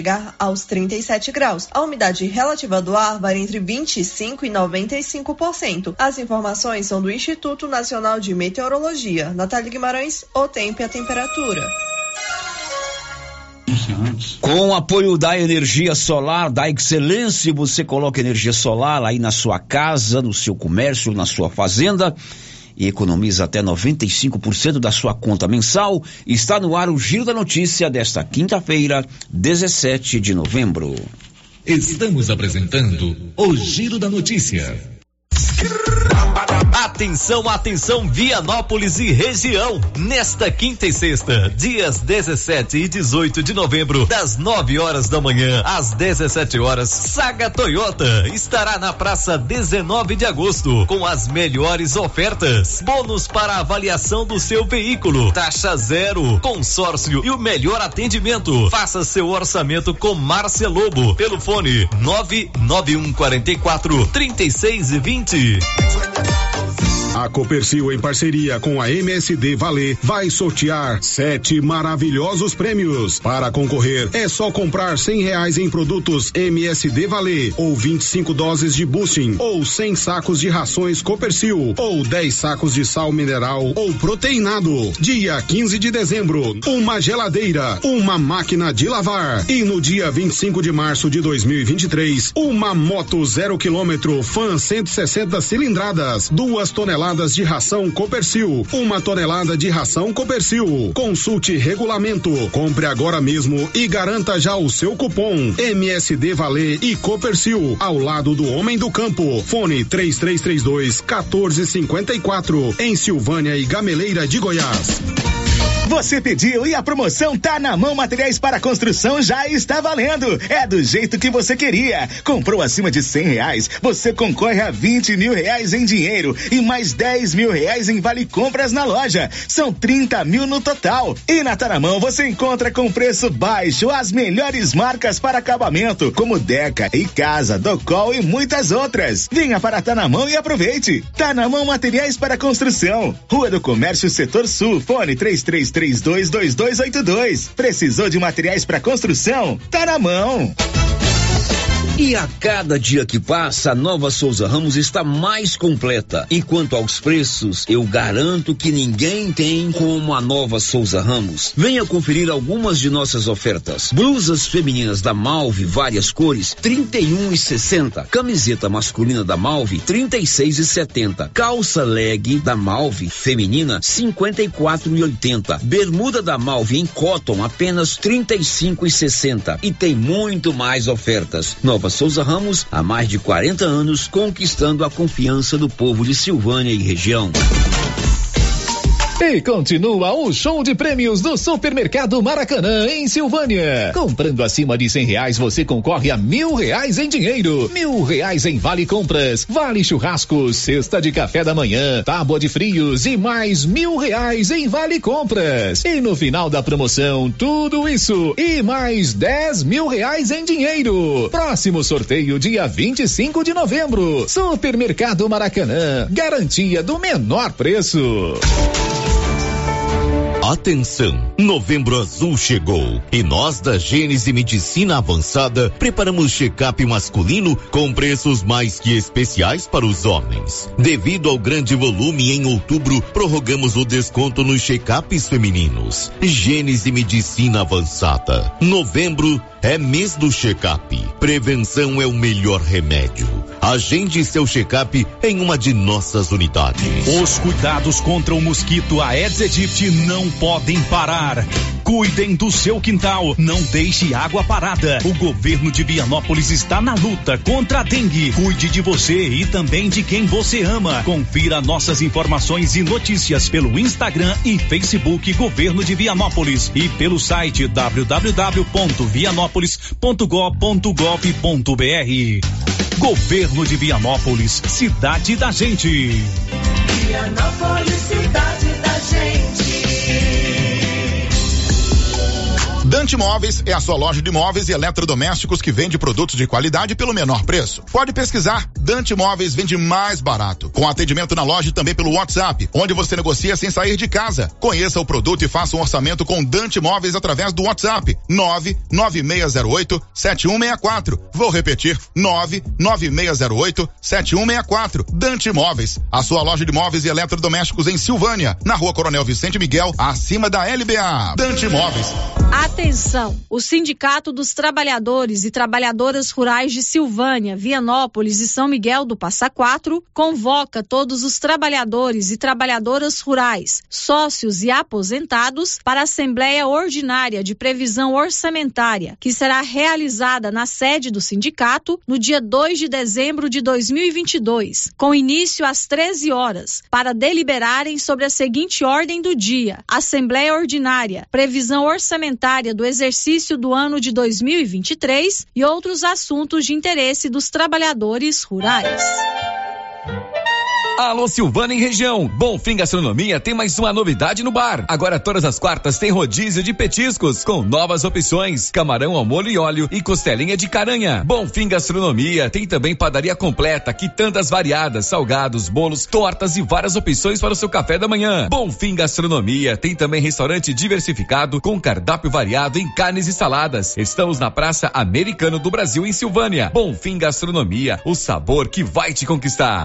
chegar aos 37 graus. A umidade relativa do ar varia entre 25% e 95%. As informações são do Instituto Nacional de Meteorologia. Natália Guimarães, o tempo e a temperatura. Com o apoio da energia solar da Excelência, você coloca energia solar aí na sua casa, no seu comércio, na sua fazenda e economiza até 95% da sua conta mensal. Está no ar o Giro da Notícia desta quinta-feira, 17 de novembro. Estamos apresentando o Giro da Notícia. Atenção, atenção, Vianópolis e região. Nesta quinta e sexta, dias 17 e 18 de novembro, das 9 horas da manhã às 17 horas, Saga Toyota estará na praça 19 de agosto com as melhores ofertas. Bônus para avaliação do seu veículo, taxa zero, consórcio e o melhor atendimento. Faça seu orçamento com Márcia Lobo pelo fone 99144-3620. A Copercil, em parceria com a MSD Valer, vai sortear 7 maravilhosos prêmios. Para concorrer, é só comprar R$100 em produtos MSD Valer, ou 25 doses de boosting, ou 100 sacos de rações Copercil, ou 10 sacos de sal mineral ou proteinado. Dia 15 de dezembro, uma geladeira, uma máquina de lavar. E no dia 25 de março de 2023, uma moto 0 km Fan 160 cilindradas, 2 toneladas de ração Copercil, 1 tonelada de ração Copercil. Consulte regulamento, compre agora mesmo e garanta já o seu cupom MSD Valer e Copercil, ao lado do homem do campo. Fone 3332-1454, em Silvânia e Gameleira de Goiás. Você pediu e a promoção Tá na Mão Materiais para Construção já está valendo. É do jeito que você queria. Comprou acima de R$100, você concorre a R$20 mil em dinheiro e mais R$10 mil em vale compras na loja. São 30 mil no total. E na Tá na Mão você encontra com preço baixo as melhores marcas para acabamento, como Deca, Icasa, Docol e muitas outras. Venha para Tá na Mão e aproveite. Tá na Mão Materiais para Construção. Rua do Comércio, Setor Sul. Fone 33322282. Precisou de materiais para construção? Tá na mão. E a cada dia que passa, a Nova Souza Ramos está mais completa. E quanto aos preços, eu garanto que ninguém tem como a Nova Souza Ramos. Venha conferir algumas de nossas ofertas. Blusas femininas da Malve, várias cores, R$31,60. Camiseta masculina da Malve, R$36,70. Calça leg da Malve, feminina, R$54,80. Bermuda da Malve em cotton, apenas R$35,60. E tem muito mais ofertas. Nova Souza Ramos, há mais de 40 anos, conquistando a confiança do povo de Silvânia e região. E continua o show de prêmios do Supermercado Maracanã, em Silvânia. Comprando acima de R$100, você concorre a R$1.000 em dinheiro, R$1.000 em vale compras, vale churrasco, cesta de café da manhã, tábua de frios e mais R$1.000 em vale compras. E no final da promoção, tudo isso e mais R$10 mil em dinheiro. Próximo sorteio, dia 25 de novembro. Supermercado Maracanã, garantia do menor preço. Atenção, Novembro Azul chegou e nós da Gênese Medicina Avançada preparamos check-up masculino com preços mais que especiais para os homens. Devido ao grande volume, em outubro prorrogamos o desconto nos check-ups femininos. Gênese Medicina Avançada. Novembro é mês do check-up. Prevenção é o melhor remédio. Agende seu check-up em uma de nossas unidades. Os cuidados contra o mosquito Aedes aegypti não podem parar. Cuidem do seu quintal, não deixe água parada. O governo de Vianópolis está na luta contra a dengue. Cuide de você e também de quem você ama. Confira nossas informações e notícias pelo Instagram e Facebook Governo de Vianópolis e pelo site www.vianópolis.gov.br. Governo de Vianópolis, cidade da gente. Vianópolis, cidade da gente. Dante Móveis é a sua loja de móveis e eletrodomésticos que vende produtos de qualidade pelo menor preço. Pode pesquisar, Dante Móveis vende mais barato, com atendimento na loja e também pelo WhatsApp, onde você negocia sem sair de casa. Conheça o produto e faça um orçamento com Dante Móveis através do WhatsApp 99608-7164. Vou repetir, 99608-7164. Dante Móveis, a sua loja de móveis e eletrodomésticos em Silvânia, na Rua Coronel Vicente Miguel, acima da LBA. Dante Móveis. Atenção! O Sindicato dos Trabalhadores e Trabalhadoras Rurais de Silvânia, Vianópolis e São Miguel do Passa Quatro convoca todos os trabalhadores e trabalhadoras rurais, sócios e aposentados para a Assembleia Ordinária de Previsão Orçamentária, que será realizada na sede do sindicato no dia 2 de dezembro de 2022, com início às 13 horas, para deliberarem sobre a seguinte ordem do dia: Assembleia Ordinária, Previsão Orçamentária do exercício do ano de 2023 e outros assuntos de interesse dos trabalhadores rurais. Alô Silvânia e região, Bonfim Gastronomia tem mais uma novidade no bar. Agora todas as quartas tem rodízio de petiscos com novas opções, camarão ao molho e óleo e costelinha de caranha. Bonfim Gastronomia tem também padaria completa, quitandas variadas, salgados, bolos, tortas e várias opções para o seu café da manhã. Bonfim Gastronomia tem também restaurante diversificado com cardápio variado em carnes e saladas. Estamos na Praça Americano do Brasil em Silvânia. Bonfim Gastronomia, o sabor que vai te conquistar.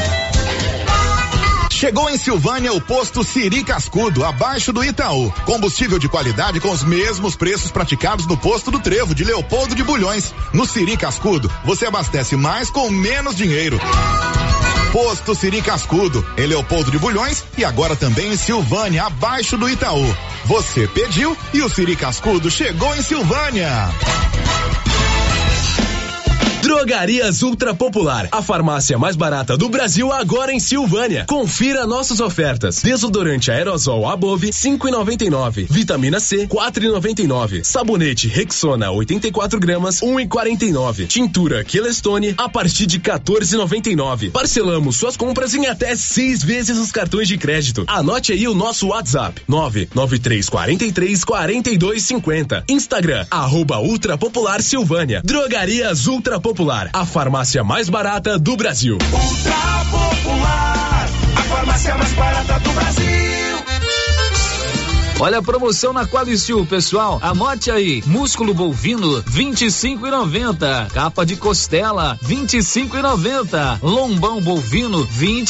Chegou em Silvânia o posto Siri Cascudo, abaixo do Itaú. Combustível de qualidade com os mesmos preços praticados no posto do Trevo de Leopoldo de Bulhões. No Siri Cascudo, você abastece mais com menos dinheiro. Posto Siri Cascudo, em Leopoldo de Bulhões e agora também em Silvânia, abaixo do Itaú. Você pediu e o Siri Cascudo chegou em Silvânia. Drogarias Ultra Popular, a farmácia mais barata do Brasil agora em Silvânia. Confira nossas ofertas. Desodorante aerosol Above 5,99. Vitamina C 4,99. Sabonete Rexona 84 gramas 1,49. Tintura Quelestone a partir de 14,99. Parcelamos suas compras em até 6 vezes os cartões de crédito. Anote aí o nosso WhatsApp 993434250. Instagram @Ultra Popular Silvânia. Drogarias Ultra Popular, a farmácia mais barata do Brasil. Ultra Popular, a farmácia mais barata do Brasil. Olha a promoção na Qualicil, pessoal. Anote aí: músculo bovino 25,90, capa de costela 25,90, lombão bovino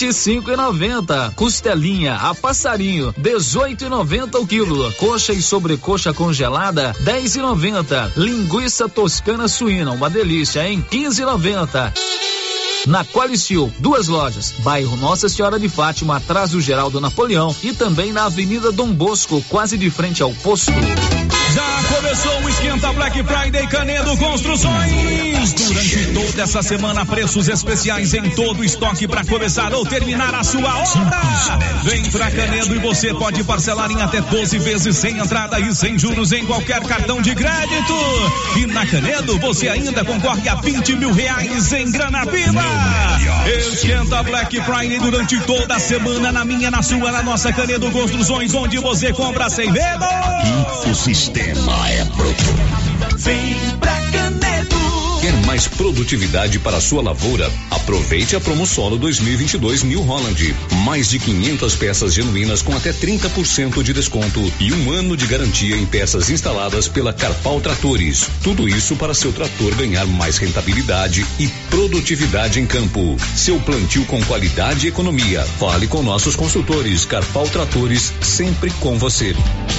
25,90, costelinha a passarinho 18,90 o quilo, coxa e sobrecoxa congelada 10,90, linguiça toscana suína, uma delícia, hein? 15,90. Na Qualicil, 2 lojas, bairro Nossa Senhora de Fátima, atrás do Geraldo Napoleão, e também na Avenida Dom Bosco, quase de frente ao posto. Já começou o Esquenta Black Friday Canedo Construções. Durante toda essa semana, preços especiais em todo o estoque para começar ou terminar a sua obra. Vem pra Canedo e você pode parcelar em até 12 vezes sem entrada e sem juros em qualquer cartão de crédito. E na Canedo você ainda concorre a R$20 mil em grana viva. Esquenta Black Friday durante toda a semana, na minha, na sua, na nossa Canedo Construções, onde você compra sem medo. O sistema é bruto. Vem pra Canedo. Quer mais produtividade para a sua lavoura? Aproveite a Promosolo 2022 New Holland. Mais de 500 peças genuínas com até 30% de desconto e 1 ano de garantia em peças instaladas pela Carpal Tratores. Tudo isso para seu trator ganhar mais rentabilidade e produtividade em campo. Seu plantio com qualidade e economia. Fale com nossos consultores. Carpal Tratores, sempre com você.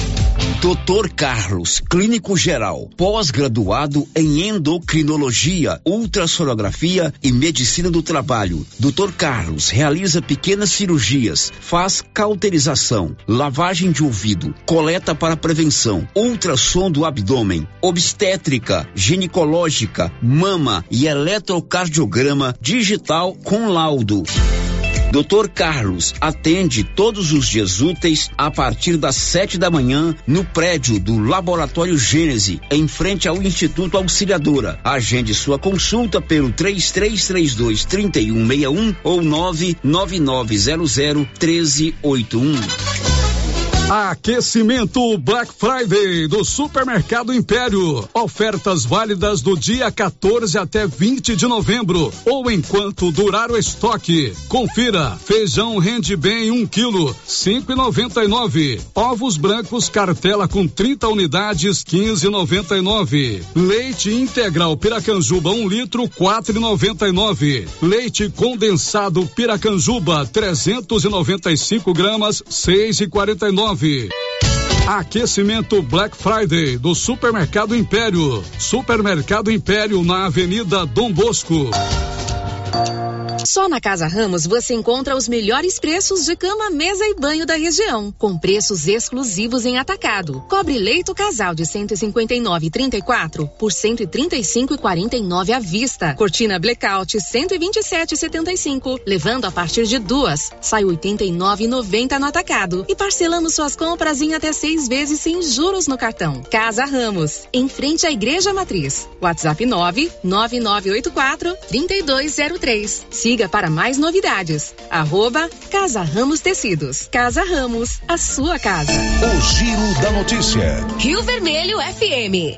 Dr. Carlos, clínico geral, pós-graduado em endocrinologia, ultrassonografia e medicina do trabalho. Dr. Carlos realiza pequenas cirurgias, faz cauterização, lavagem de ouvido, coleta para prevenção, ultrassom do abdômen, obstétrica, ginecológica, mama e eletrocardiograma digital com laudo. Dr. Carlos atende todos os dias úteis a partir das 7 da manhã no prédio do Laboratório Gênese, em frente ao Instituto Auxiliadora. Agende sua consulta pelo 3332-3161 ou 99900-1381. Aquecimento Black Friday do Supermercado Império. Ofertas válidas do dia 14 até 20 de novembro ou enquanto durar o estoque. Confira: feijão rende bem 1 quilo, 5,99. Ovos brancos cartela com 30 unidades, 15,99. Leite integral Piracanjuba 1 litro, 4,99. Leite condensado Piracanjuba 395 gramas, 6,49. Aquecimento Black Friday do Supermercado Império. Supermercado Império na Avenida Dom Bosco. Só na Casa Ramos você encontra os melhores preços de cama, mesa e banho da região, com preços exclusivos em atacado. Cobre leito casal de 159,34 por 135,49 à vista. Cortina blackout 127,75, levando a partir de 2, sai 89,90 no atacado e parcelamos suas compras em até 6 vezes sem juros no cartão. Casa Ramos, em frente à Igreja Matriz. WhatsApp 99984-3203. Siga para mais novidades. @Casa Ramos Tecidos. Casa Ramos, a sua casa. O Giro da Notícia. Rio Vermelho FM.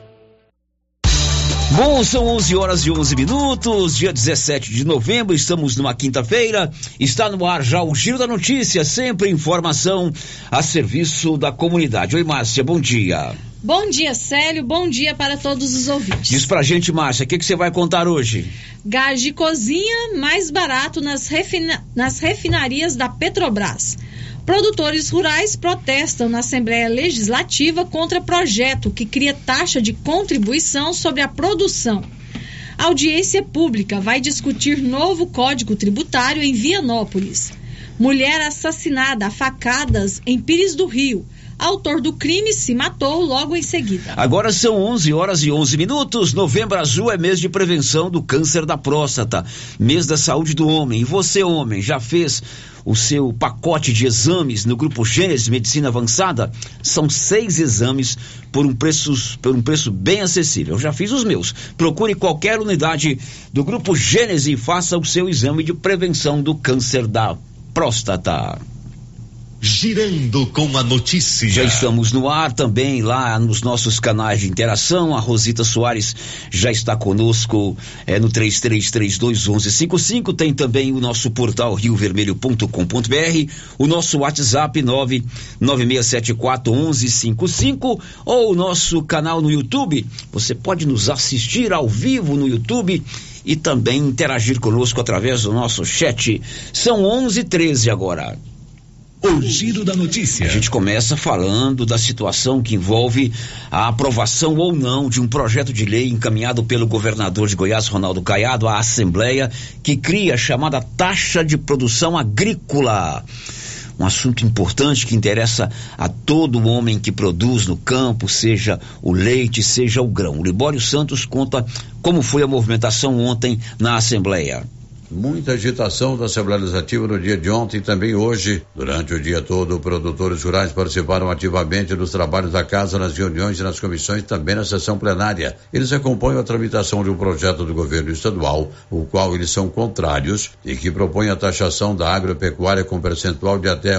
Bom, são 11h11, dia 17 de novembro, estamos numa quinta-feira, está no ar já o Giro da Notícia, sempre informação a serviço da comunidade. Oi, Márcia, bom dia. Bom dia, Célio, bom dia para todos os ouvintes. Diz pra gente, Márcia, o que você vai contar hoje? Gás de cozinha mais barato nas refinarias da Petrobras. Produtores rurais protestam na Assembleia Legislativa contra projeto que cria taxa de contribuição sobre a produção. A audiência pública vai discutir novo Código Tributário em Vianópolis. Mulher assassinada a facadas em Pires do Rio. Autor do crime se matou logo em seguida. Agora são 11h11. Novembro Azul é mês de prevenção do câncer da próstata, mês da saúde do homem. E você, homem, já fez o seu pacote de exames no Grupo Gênesis Medicina Avançada? São 6 exames por um preço bem acessível. Eu já fiz os meus. Procure qualquer unidade do Grupo Gênesis e faça o seu exame de prevenção do câncer da próstata. Girando com a notícia. Já estamos no ar também lá nos nossos canais de interação. A Rosita Soares já está conosco no 33321155. Tem também o nosso portal riovermelho.com.br, o nosso WhatsApp 996741155 ou o nosso canal no YouTube. Você pode nos assistir ao vivo no YouTube e também interagir conosco através do nosso chat. São 11h13 agora. O Giro da Notícia. A gente começa falando da situação que envolve a aprovação ou não de um projeto de lei encaminhado pelo governador de Goiás, Ronaldo Caiado, à Assembleia, que cria a chamada taxa de produção agrícola. Um assunto importante que interessa a todo homem que produz no campo, seja o leite, seja o grão. O Libório Santos conta como foi a movimentação ontem na Assembleia. Muita agitação da Assembleia Legislativa no dia de ontem e também hoje. Durante o dia todo, produtores rurais participaram ativamente dos trabalhos da Casa, nas reuniões e nas comissões, também na sessão plenária. Eles acompanham a tramitação de um projeto do governo estadual, o qual eles são contrários e que propõe a taxação da agropecuária com percentual de até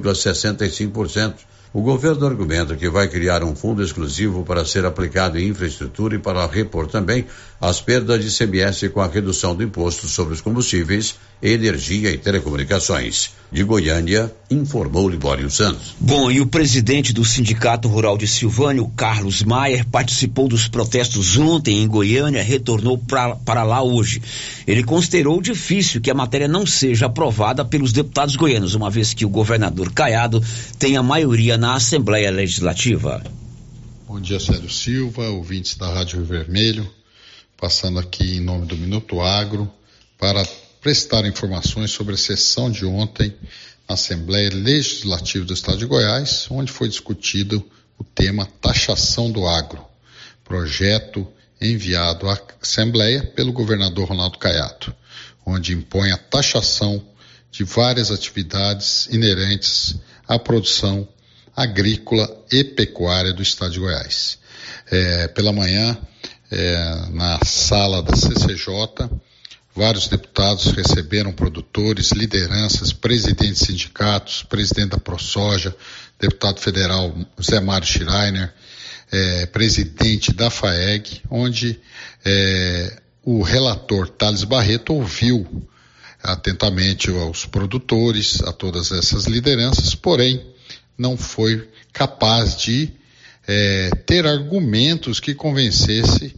1,65%. O governo argumenta que vai criar um fundo exclusivo para ser aplicado em infraestrutura e para repor também as perdas de ICMS com a redução do imposto sobre os combustíveis, energia e telecomunicações. De Goiânia, informou Libório Santos. Bom, e o presidente do Sindicato Rural de Silvânia, o Carlos Maier, participou dos protestos ontem em Goiânia, retornou para lá hoje. Ele considerou difícil que a matéria não seja aprovada pelos deputados goianos, uma vez que o governador Caiado tem a maioria na Assembleia Legislativa. Bom dia, Célio Silva, ouvintes da Rádio Rio Vermelho, passando aqui em nome do Minuto Agro para prestar informações sobre a sessão de ontem na Assembleia Legislativa do Estado de Goiás, onde foi discutido o tema taxação do agro, projeto enviado à Assembleia pelo governador Ronaldo Caiado, onde impõe a taxação de várias atividades inerentes à produção agrícola e pecuária do Estado de Goiás. Pela manhã, na sala da CCJ, vários deputados receberam produtores, lideranças, presidentes de sindicatos, presidente da ProSoja, deputado federal Zé Mário Schreiner, presidente da FAEG, onde o relator Thales Barreto ouviu atentamente aos produtores, a todas essas lideranças, porém não foi capaz de ter argumentos que convencesse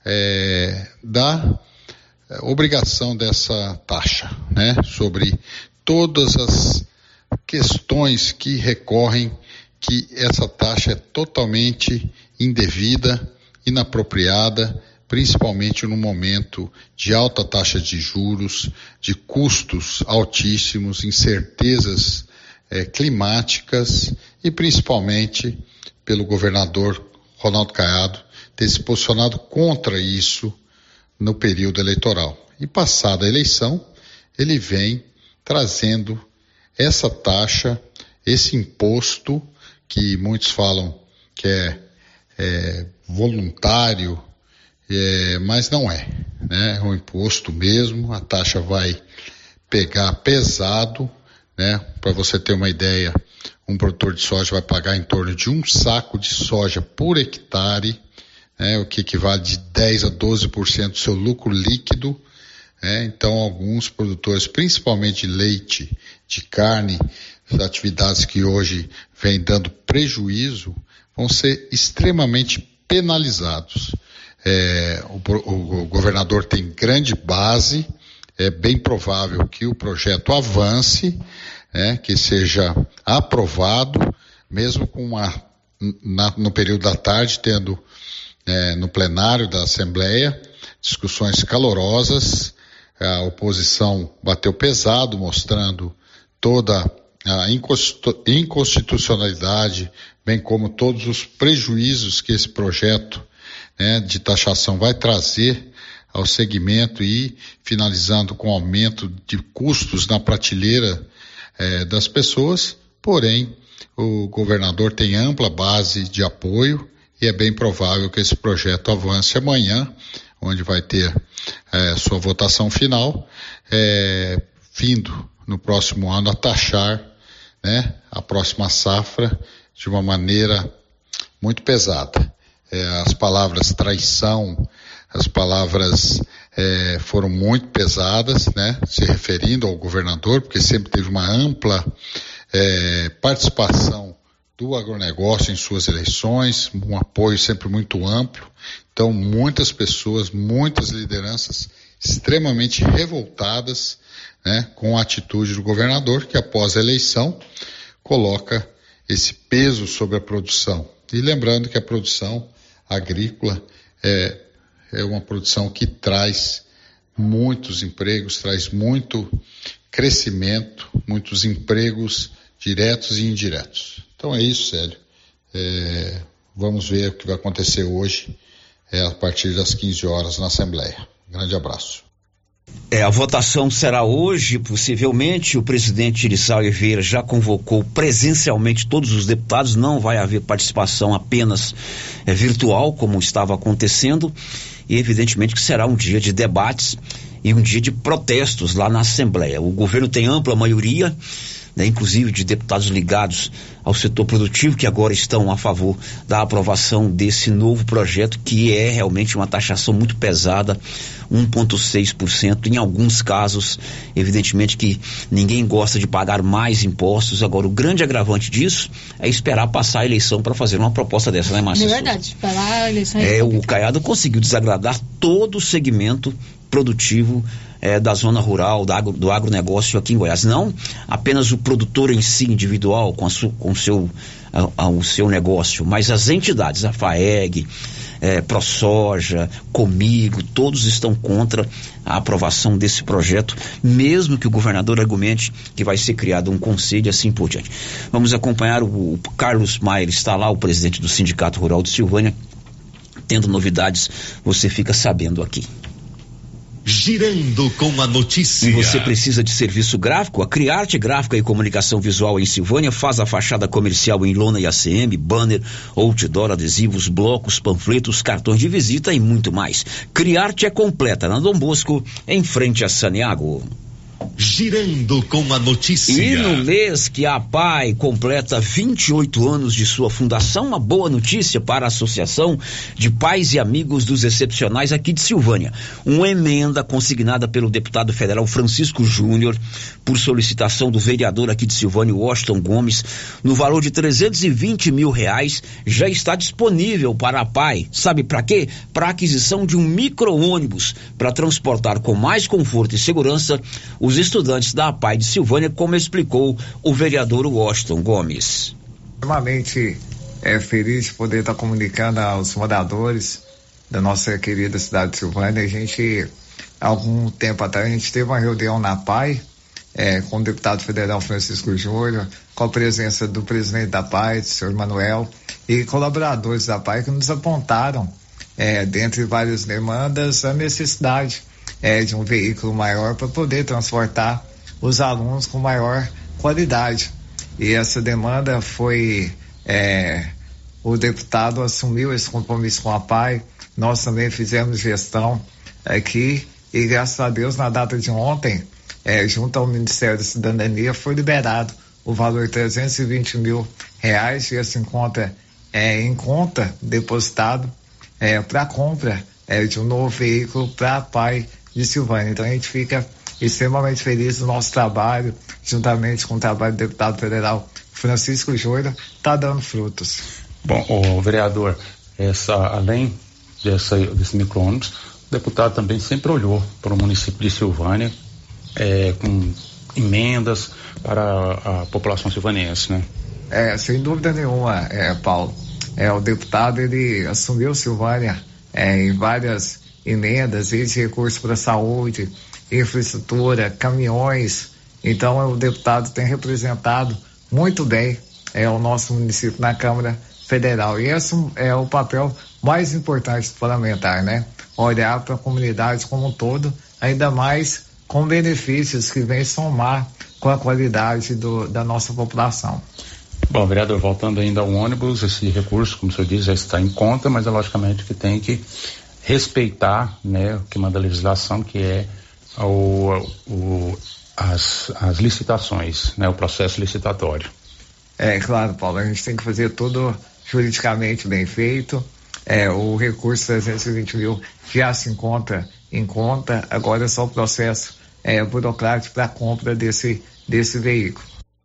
da obrigação dessa taxa, né? Sobre todas as questões que recorrem que essa taxa é totalmente indevida, inapropriada, principalmente no momento de alta taxa de juros, de custos altíssimos, incertezas climáticas e principalmente pelo governador Ronaldo Caiado ter se posicionado contra isso no período eleitoral. E passada a eleição, ele vem trazendo essa taxa, esse imposto que muitos falam que é voluntário, mas não é, né? É um imposto mesmo, a taxa vai pegar pesado, né? Para você ter uma ideia, um produtor de soja vai pagar em torno de um saco de soja por hectare, né? O que equivale de 10 a 12% do seu lucro líquido, né? Então alguns produtores, principalmente de leite, de carne, atividades que hoje vêm dando prejuízo, vão ser extremamente penalizados. O governador tem grande base, é bem provável que o projeto avance, que seja aprovado, mesmo com no período da tarde, tendo no plenário da Assembleia discussões calorosas. A oposição bateu pesado, mostrando toda a inconstitucionalidade, bem como todos os prejuízos que esse projeto de taxação vai trazer ao segmento e finalizando com aumento de custos na prateleira das pessoas. Porém, o governador tem ampla base de apoio e é bem provável que esse projeto avance amanhã, onde vai ter sua votação final, vindo no próximo ano a taxar a próxima safra de uma maneira muito pesada. As palavras traição, as palavras foram muito pesadas, se referindo ao governador, porque sempre teve uma ampla participação do agronegócio em suas eleições, um apoio sempre muito amplo. Então, muitas pessoas, muitas lideranças extremamente revoltadas com a atitude do governador, que após a eleição coloca esse peso sobre a produção. E lembrando que a produção agrícola é uma produção que traz muitos empregos, traz muito crescimento, muitos empregos diretos e indiretos. Então é isso, Célio. Vamos ver o que vai acontecer hoje, a partir das 15 horas na Assembleia. Grande abraço. A votação será hoje, possivelmente. O presidente Irissá Oliveira já convocou presencialmente todos os deputados, não vai haver participação apenas virtual, como estava acontecendo, e evidentemente que será um dia de debates e um dia de protestos lá na Assembleia. O governo tem ampla maioria, inclusive de deputados ligados ao setor produtivo, que agora estão a favor da aprovação desse novo projeto, que é realmente uma taxação muito pesada, 1,6%. Em alguns casos, evidentemente que ninguém gosta de pagar mais impostos. Agora, o grande agravante disso é esperar passar a eleição para fazer uma proposta dessa, né, Márcia? É verdade, esperar a eleição. O Caiado conseguiu desagradar todo o segmento produtivo da zona rural, do agronegócio aqui em Goiás. Não apenas o produtor em si, individual, com o seu negócio, mas as entidades, a FAEG, ProSoja, Comigo, todos estão contra a aprovação desse projeto, mesmo que o governador argumente que vai ser criado um conselho e assim por diante. Vamos acompanhar o Carlos Maier, está lá, o presidente do Sindicato Rural de Silvânia. Tendo novidades, você fica sabendo aqui. Girando com a notícia. E você precisa de serviço gráfico? A Criarte Gráfica e Comunicação Visual em Silvânia faz a fachada comercial em lona e ACM, banner, outdoor, adesivos, blocos, panfletos, cartões de visita e muito mais. Criarte é completa na Dom Bosco, em frente a Saniago. Girando com a notícia. E no mês que a APAI completa 28 anos de sua fundação, uma boa notícia para a Associação de Pais e Amigos dos Excepcionais aqui de Silvânia. Uma emenda consignada pelo deputado federal Francisco Júnior, por solicitação do vereador aqui de Silvânia, Washington Gomes, no valor de R$320 mil, já está disponível para a APAI. Sabe para quê? Para a aquisição de um micro-ônibus para transportar com mais conforto e segurança os estudantes da APAI de Silvânia, como explicou o vereador Washington Gomes. Extremamente feliz de poder estar comunicando aos moradores da nossa querida cidade de Silvânia. A gente, há algum tempo atrás, a gente teve uma reunião na APAI com o deputado federal Francisco Júnior, com a presença do presidente da APAI, do senhor Manuel, e colaboradores da APAI que nos apontaram, dentre várias demandas, a necessidade de um veículo maior para poder transportar os alunos com maior qualidade. E essa demanda foi, o deputado assumiu esse compromisso com a APAI, nós também fizemos gestão aqui e graças a Deus na data de ontem, junto ao Ministério da Cidadania, foi liberado o valor de R$320 mil e esse encontra em conta depositado para a compra de um novo veículo para a APAI de Silvânia. Então a gente fica extremamente feliz do nosso trabalho, juntamente com o trabalho do deputado federal Francisco Júnior, está dando frutos. Bom, o vereador, além desse micro-ônibus, o deputado também sempre olhou para o município de Silvânia com emendas para a população silvanense, né? Sem dúvida nenhuma, Paulo. O deputado, ele assumiu Silvânia em várias emendas, recursos para saúde, infraestrutura, caminhões. Então o deputado tem representado muito bem o nosso município na Câmara Federal. E esse é o papel mais importante do parlamentar, né? Olhar para a comunidade como um todo, ainda mais com benefícios que vem somar com a qualidade da nossa população. Bom, vereador, voltando ainda ao ônibus, esse recurso, como o senhor diz, já está em conta, mas é logicamente que tem que respeitar, né, o que manda a legislação, que é as licitações, né, o processo licitatório. Claro, Paulo, a gente tem que fazer tudo juridicamente bem feito. O recurso 320 mil já se encontra em conta, agora é só o processo burocrático para a compra desse veículo.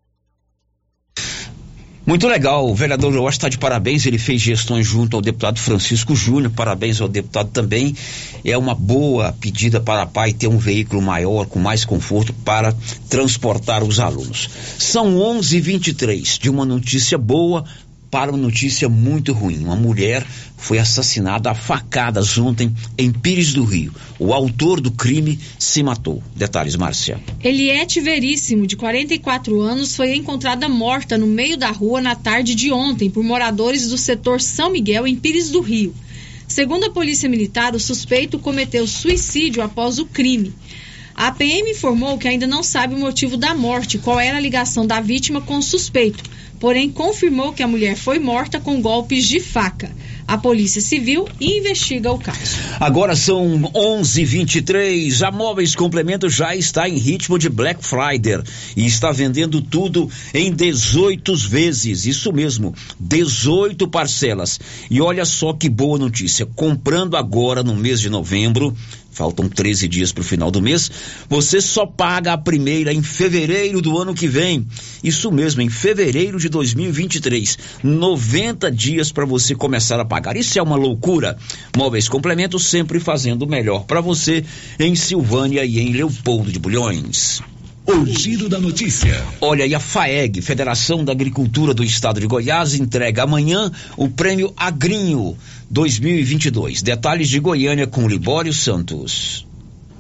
Muito legal, o vereador Joás está de parabéns, ele fez gestões junto ao deputado Francisco Júnior, parabéns ao deputado também. É uma boa pedida para a APAI ter um veículo maior, com mais conforto para transportar os alunos. São 11h23, de uma notícia boa para uma notícia muito ruim. Uma mulher foi assassinada a facadas ontem em Pires do Rio. O autor do crime se matou. Detalhes, Márcia. Eliete Veríssimo, de 44 anos, foi encontrada morta no meio da rua na tarde de ontem por moradores do setor São Miguel, em Pires do Rio. Segundo a Polícia Militar, o suspeito cometeu suicídio após o crime. A PM informou que ainda não sabe o motivo da morte, qual era a ligação da vítima com o suspeito, porém confirmou que a mulher foi morta com golpes de faca. A Polícia Civil investiga o caso. Agora são 11h23. A Móveis Complemento já está em ritmo de Black Friday e está vendendo tudo em 18 vezes. Isso mesmo, 18 parcelas. E olha só que boa notícia. Comprando agora no mês de novembro, faltam 13 dias para o final do mês, você só paga a primeira em fevereiro do ano que vem. Isso mesmo, em fevereiro de 2023. 90 dias para você começar a pagar. Isso é uma loucura. Móveis Complemento sempre fazendo o melhor para você em Silvânia e em Leopoldo de Bulhões. O giro da notícia. Olha, e a FAEG, Federação da Agricultura do Estado de Goiás, entrega amanhã o Prêmio Agrinho 2022. Detalhes de Goiânia com Libório Santos.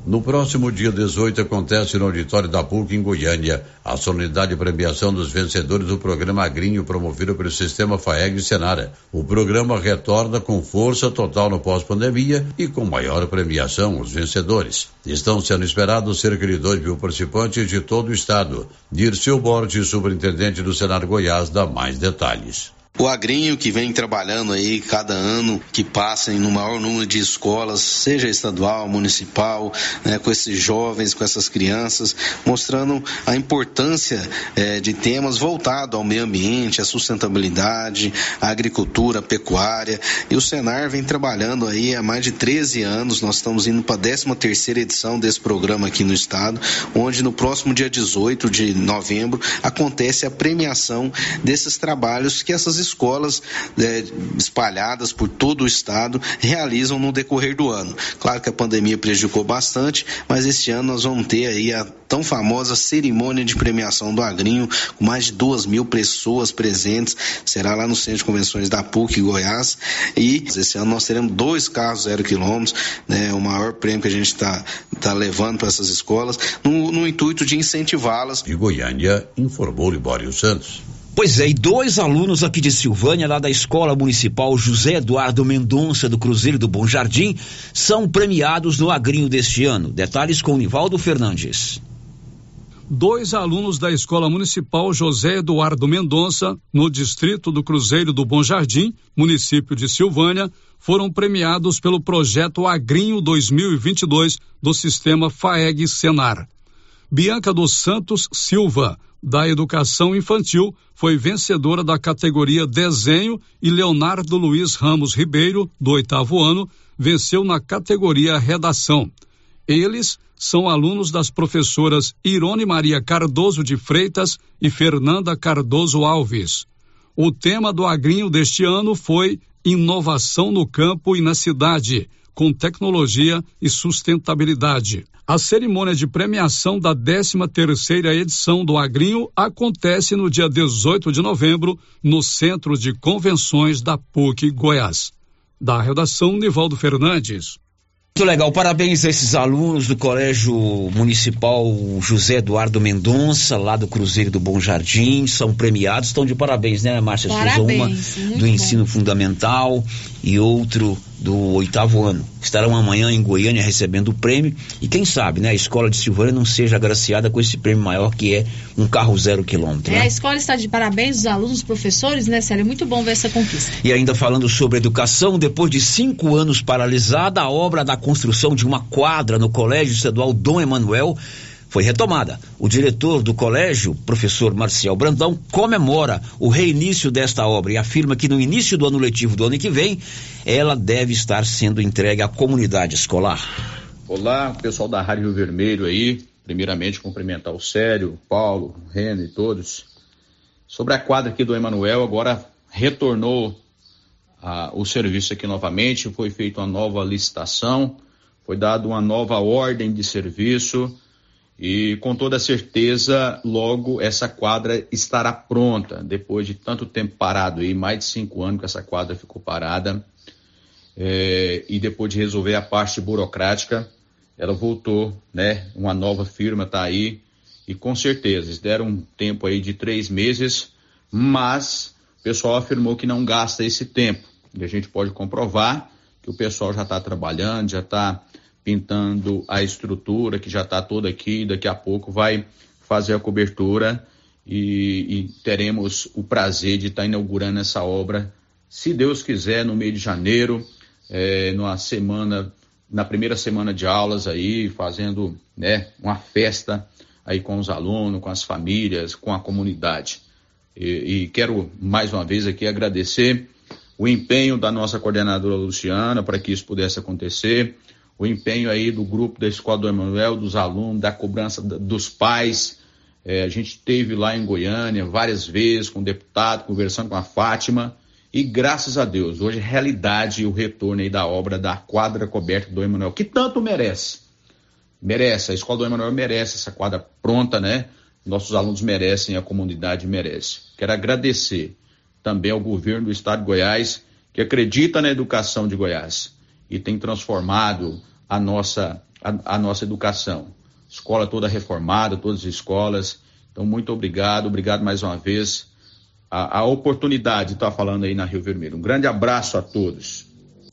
No próximo dia 18 acontece no auditório da PUC em Goiânia a solenidade de premiação dos vencedores do programa Agrinho promovido pelo Sistema FAEG e Senara. O programa retorna com força total no pós-pandemia e com maior premiação os vencedores. Estão sendo esperados cerca de 2.000 participantes de todo o estado. Dirceu Borges, superintendente do Senar Goiás, dá mais detalhes. O Agrinho, que vem trabalhando aí cada ano que passa no maior número de escolas, seja estadual, municipal, né, com esses jovens, com essas crianças, mostrando a importância de temas voltados ao meio ambiente, à sustentabilidade, à agricultura, à pecuária. E o Senar vem trabalhando aí há mais de 13 anos. Nós estamos indo para a 13ª edição desse programa aqui no estado, onde no próximo dia 18 de novembro acontece a premiação desses trabalhos que essas escolas espalhadas por todo o estado realizam no decorrer do ano. Claro que a pandemia prejudicou bastante, mas este ano nós vamos ter aí a tão famosa cerimônia de premiação do Agrinho, com mais de 2.000 pessoas presentes. Será lá no Centro de Convenções da PUC, Goiás, e esse ano nós teremos 2 carros 0 km, né, o maior prêmio que a gente está levando para essas escolas, no intuito de incentivá-las. De Goiânia, informou Libório Santos. Pois é, e 2 alunos aqui de Silvânia, lá da Escola Municipal José Eduardo Mendonça, do Cruzeiro do Bom Jardim, são premiados no Agrinho deste ano. Detalhes com Nivaldo Fernandes. 2 alunos da Escola Municipal José Eduardo Mendonça, no distrito do Cruzeiro do Bom Jardim, município de Silvânia, foram premiados pelo projeto Agrinho 2022 do sistema FAEG Senar. Bianca dos Santos Silva, da Educação Infantil, foi vencedora da categoria Desenho, e Leonardo Luiz Ramos Ribeiro, do 8º ano, venceu na categoria Redação. Eles são alunos das professoras Irone Maria Cardoso de Freitas e Fernanda Cardoso Alves. O tema do Agrinho deste ano foi Inovação no Campo e na Cidade, com tecnologia e sustentabilidade. A cerimônia de premiação da 13ª edição do Agrinho acontece no dia 18 de novembro, no Centro de Convenções da PUC Goiás. Da redação, Nivaldo Fernandes. Muito legal, parabéns a esses alunos do Colégio Municipal José Eduardo Mendonça, lá do Cruzeiro do Bom Jardim, são premiados, estão de parabéns, né, Márcia? Parabéns, uma do ensino fundamental e outro do 8º ano. Estarão amanhã em Goiânia recebendo o prêmio e quem sabe, né, a escola de Silvânia não seja agraciada com esse prêmio maior que é um carro 0 km. Né? A escola está de parabéns, os alunos, os professores, né, Célio? Muito bom ver essa conquista. E ainda falando sobre educação, depois de 5 anos paralisada, a obra da construção de uma quadra no Colégio Estadual Dom Emanuel foi retomada. O diretor do colégio, professor Marcial Brandão, comemora o reinício desta obra e afirma que no início do ano letivo do ano que vem, ela deve estar sendo entregue à comunidade escolar. Olá, pessoal da Rádio Rio Vermelho aí, primeiramente cumprimentar o Célio, o Paulo, o Renan e todos. Sobre a quadra aqui do Emanuel, agora retornou o serviço aqui novamente, foi feita uma nova licitação, foi dada uma nova ordem de serviço, e com toda certeza logo essa quadra estará pronta, depois de tanto tempo parado aí, mais de 5 anos que essa quadra ficou parada, e depois de resolver a parte burocrática, ela voltou, né, uma nova firma está aí, e com certeza, eles deram um tempo aí de 3 meses, mas o pessoal afirmou que não gasta esse tempo, e a gente pode comprovar que o pessoal já está trabalhando, já está pintando a estrutura que já está toda aqui, daqui a pouco vai fazer a cobertura e teremos o prazer de estar inaugurando essa obra, se Deus quiser, no mês de janeiro, na primeira semana de aulas aí, fazendo, né, uma festa aí com os alunos, com as famílias, com a comunidade. E quero mais uma vez aqui agradecer o empenho da nossa coordenadora Luciana para que isso pudesse acontecer, o empenho aí do grupo da Escola do Emanuel, dos alunos, da cobrança dos pais. A gente esteve lá em Goiânia várias vezes com o deputado, conversando com a Fátima, e graças a Deus, hoje é realidade o retorno aí da obra da quadra coberta do Emanuel, que tanto merece. Merece, a Escola do Emanuel merece essa quadra pronta, né? Nossos alunos merecem, a comunidade merece. Quero agradecer também ao governo do estado de Goiás, que acredita na educação de Goiás e tem transformado a nossa a nossa educação. Escola toda reformada, todas as escolas. Então, muito obrigado mais uma vez a oportunidade de estar falando aí na Rio Vermelho. Um grande abraço a todos.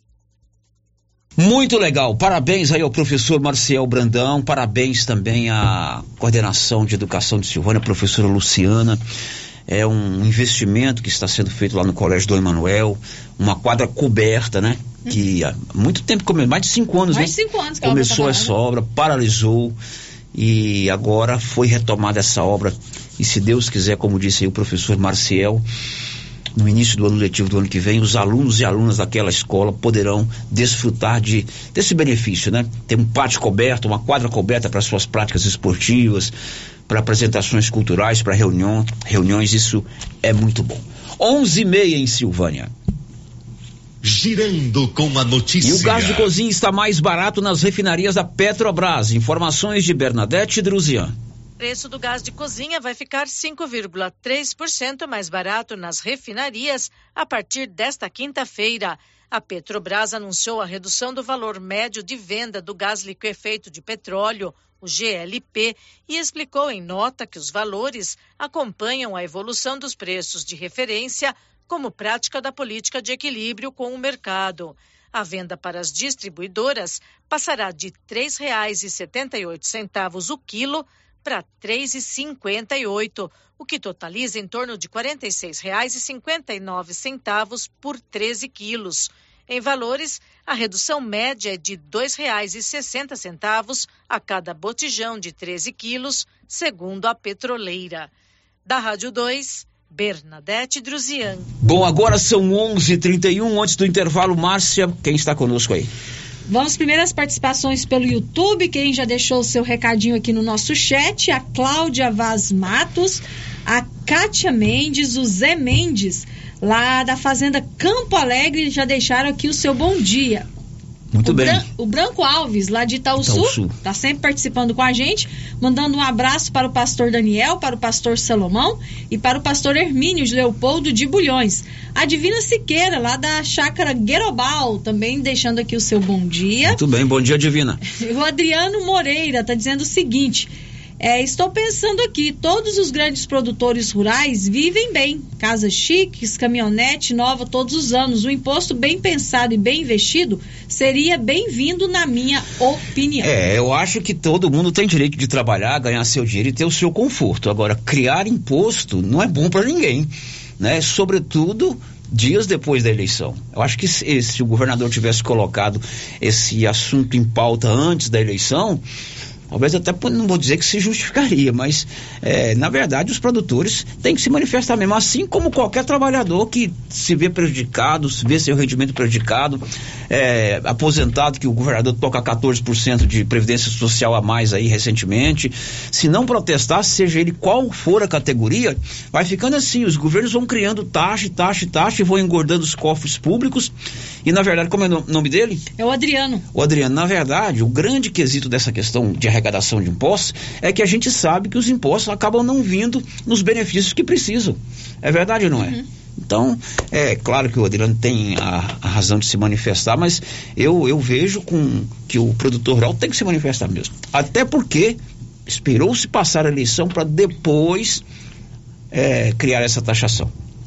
Muito legal, parabéns aí ao professor Marciel Brandão, parabéns também à coordenação de educação de Silvânia, a professora Luciana. É um investimento que está sendo feito lá no Colégio Dom Emanuel, uma quadra coberta, né? Que há muito tempo, mais de 5 anos, mais de 5 anos que começou essa obra, paralisou e agora foi retomada essa obra. E se Deus quiser, como disse aí o professor Marciel, no início do ano letivo do ano que vem, os alunos e alunas daquela escola poderão desfrutar desse benefício, né? Ter um pátio coberto, uma quadra coberta para suas práticas esportivas, para apresentações culturais, para reuniões, isso é muito bom. 11h30 em Silvânia. Girando com a notícia. E o gás de cozinha está mais barato nas refinarias da Petrobras. Informações de Bernadette Druzian. O preço do gás de cozinha vai ficar 5,3% mais barato nas refinarias a partir desta quinta-feira. A Petrobras anunciou a redução do valor médio de venda do gás liquefeito de petróleo, o GLP, e explicou em nota que os valores acompanham a evolução dos preços de referência como prática da política de equilíbrio com o mercado. A venda para as distribuidoras passará de R$ 3,78 o quilo para R$ 3,58, o que totaliza em torno de R$ 46,59 por 13 quilos. Em valores, a redução média é de R$ 2,60 a cada botijão de 13 quilos, segundo a petroleira. Da Rádio 2, Bernadette Druzian. Bom, agora são 11h31, antes do intervalo, Márcia, quem está conosco aí? Vamos primeiro às participações pelo YouTube, quem já deixou o seu recadinho aqui no nosso chat, a Cláudia Vaz Matos, a Kátia Mendes, o Zé Mendes, lá da Fazenda Campo Alegre, já deixaram aqui o seu bom dia. Muito bem. O Branco Alves, lá de Itaúsu, está sempre participando com a gente, mandando um abraço para o pastor Daniel, para o pastor Salomão e para o pastor Hermínio de Leopoldo de Bulhões. A Divina Siqueira, lá da Chácara Guerobal, também deixando aqui o seu bom dia. Muito bem, bom dia, Divina. O Adriano Moreira está dizendo o seguinte: estou pensando aqui, todos os grandes produtores rurais vivem bem, casas chiques, caminhonete nova todos os anos, o imposto bem pensado e bem investido seria bem-vindo na minha opinião. Eu acho que todo mundo tem direito de trabalhar, ganhar seu dinheiro e ter o seu conforto. Agora, criar imposto não é bom para ninguém, né? Sobretudo dias depois da eleição. Eu acho que se o governador tivesse colocado esse assunto em pauta antes da eleição, talvez até não vou dizer que se justificaria, mas na verdade os produtores têm que se manifestar mesmo, assim como qualquer trabalhador que se vê prejudicado, se vê seu rendimento prejudicado, aposentado, que o governador toca 14% de previdência social a mais aí recentemente. Se não protestar, seja ele qual for a categoria, vai ficando assim, os governos vão criando taxa e vão engordando os cofres públicos. E na verdade, como é o nome dele? É o Adriano. O Adriano, na verdade, o grande quesito dessa questão de arrecadação de impostos é que a gente sabe que os impostos acabam não vindo nos benefícios que precisam. É verdade ou não é? Uhum. Então, é claro que o Adriano tem a razão de se manifestar, mas eu vejo que o produtor rural tem que se manifestar mesmo. Até porque esperou-se passar a eleição para depois criar essa taxação.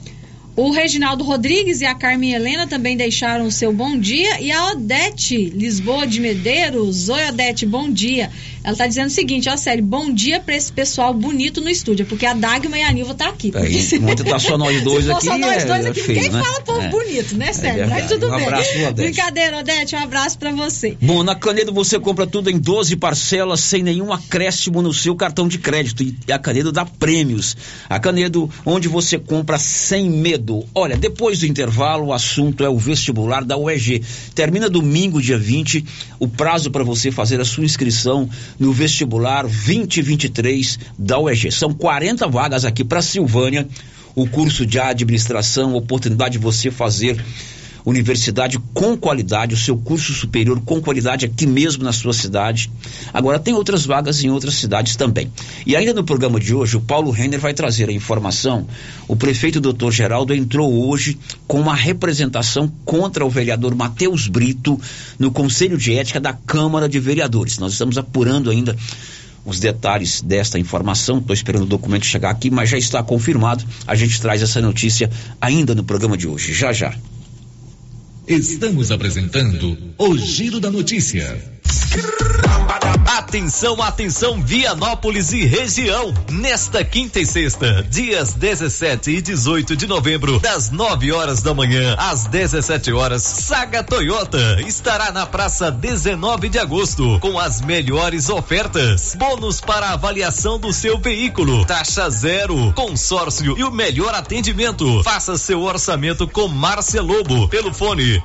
O Reginaldo Rodrigues e a Carmen Helena também deixaram o seu bom dia. E a Odete Lisboa de Medeiros. Oi, Odete, bom dia. Ela está dizendo o seguinte, ó, sério, bom dia para esse pessoal bonito no estúdio, porque a Dagma e a Nilva tá aqui. Ontem tá só nós dois aqui. Só nós dois aqui, feio, ninguém né? fala povo bonito, né, Sérgio? Mas tudo bem. Abraço, Odete. Brincadeira, Odete, um abraço para você. Bom, na Canedo você compra tudo em 12 parcelas, sem nenhum acréscimo no seu cartão de crédito. E a Canedo dá prêmios. A Canedo, onde você compra sem medo. Olha, depois do intervalo, o assunto é o vestibular da UEG. Termina domingo, dia 20, o prazo para você fazer a sua inscrição no vestibular 2023 da UEG. São 40 vagas aqui para Silvânia, o curso de administração, oportunidade de você fazer universidade com qualidade, o seu curso superior com qualidade aqui mesmo na sua cidade. Agora tem outras vagas em outras cidades também. E ainda no programa de hoje, o Paulo Renner vai trazer a informação. O prefeito Dr. Geraldo entrou hoje com uma representação contra o vereador Matheus Brito no Conselho de Ética da Câmara de Vereadores. Nós estamos apurando ainda os detalhes desta informação, estou esperando o documento chegar aqui, mas já está confirmado. A gente traz essa notícia ainda no programa de hoje, já já. Estamos apresentando o Giro da Notícia. Atenção, atenção, Vianópolis e região. Nesta quinta e sexta, dias 17 e 18 de novembro, das 9 horas da manhã às 17 horas, Saga Toyota estará na praça 19 de agosto com as melhores ofertas. Bônus para avaliação do seu veículo, taxa zero, consórcio e o melhor atendimento. Faça seu orçamento com Márcia Lobo pelo fone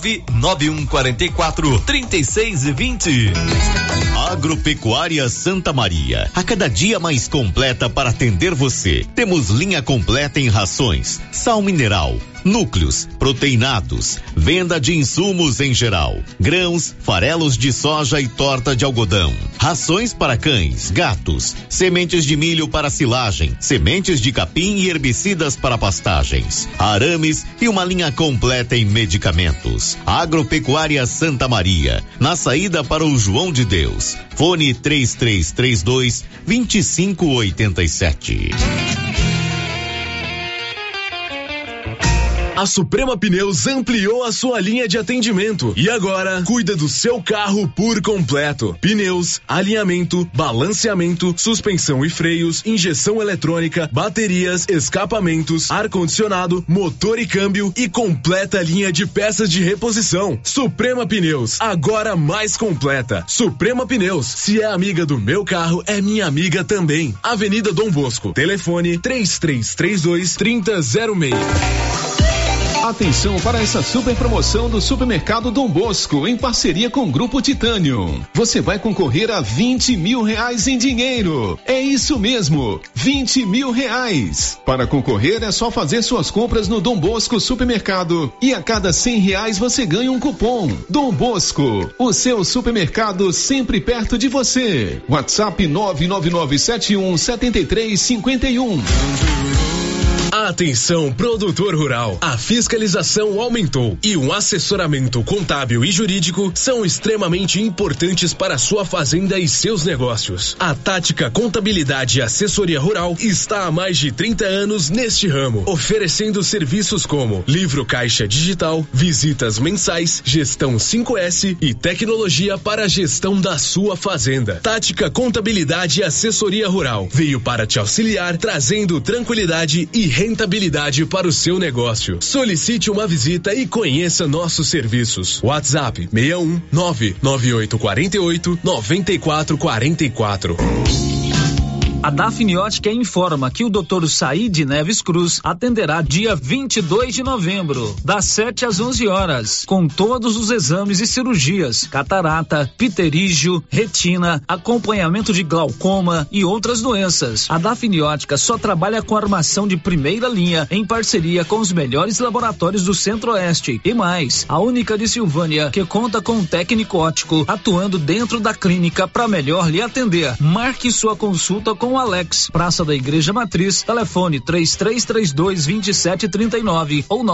99144-3620. Agropecuária Santa Maria, a cada dia mais completa para atender você. Temos linha completa em rações, sal mineral, núcleos, proteinados, venda de insumos em geral, grãos, farelos de soja e torta de algodão, rações para cães, gatos, sementes de milho para silagem, sementes de capim e herbicidas para pastagens, arames e uma linha completa em medicamentos. Agropecuária Santa Maria, na saída para o João de Deus. Fone 3332-2587. A Suprema Pneus ampliou a sua linha de atendimento e agora cuida do seu carro por completo. Pneus, alinhamento, balanceamento, suspensão e freios, injeção eletrônica, baterias, escapamentos, ar-condicionado, motor e câmbio e completa linha de peças de reposição. Suprema Pneus, agora mais completa. Suprema Pneus, se é amiga do meu carro, é minha amiga também. Avenida Dom Bosco, telefone 3332-3006. Atenção para essa super promoção do Supermercado Dom Bosco, em parceria com o Grupo Titânio. Você vai concorrer a R$20 mil em dinheiro. É isso mesmo, R$20 mil. Para concorrer é só fazer suas compras no Dom Bosco Supermercado e a cada R$100 você ganha um cupom. Dom Bosco, o seu supermercado sempre perto de você. WhatsApp 999717351. Atenção, produtor rural. A fiscalização aumentou e o assessoramento contábil e jurídico são extremamente importantes para sua fazenda e seus negócios. A Tática Contabilidade e Assessoria Rural está há mais de 30 anos neste ramo, oferecendo serviços como livro caixa digital, visitas mensais, gestão 5S e tecnologia para a gestão da sua fazenda. Tática Contabilidade e Assessoria Rural veio para te auxiliar, trazendo tranquilidade e rentabilidade para o seu negócio. Solicite uma visita e conheça nossos serviços. WhatsApp 61 99848 9444. A Dafniótica informa que o Dr. Saíde Neves Cruz atenderá dia 22 de novembro, das 7 às 11 horas, com todos os exames e cirurgias, catarata, pterígio, retina, acompanhamento de glaucoma e outras doenças. A Dafniótica só trabalha com armação de primeira linha em parceria com os melhores laboratórios do Centro-Oeste e mais, a única de Silvânia que conta com um técnico óptico atuando dentro da clínica para melhor lhe atender. Marque sua consulta com Alex, Praça da Igreja Matriz, telefone 3332-2739 ou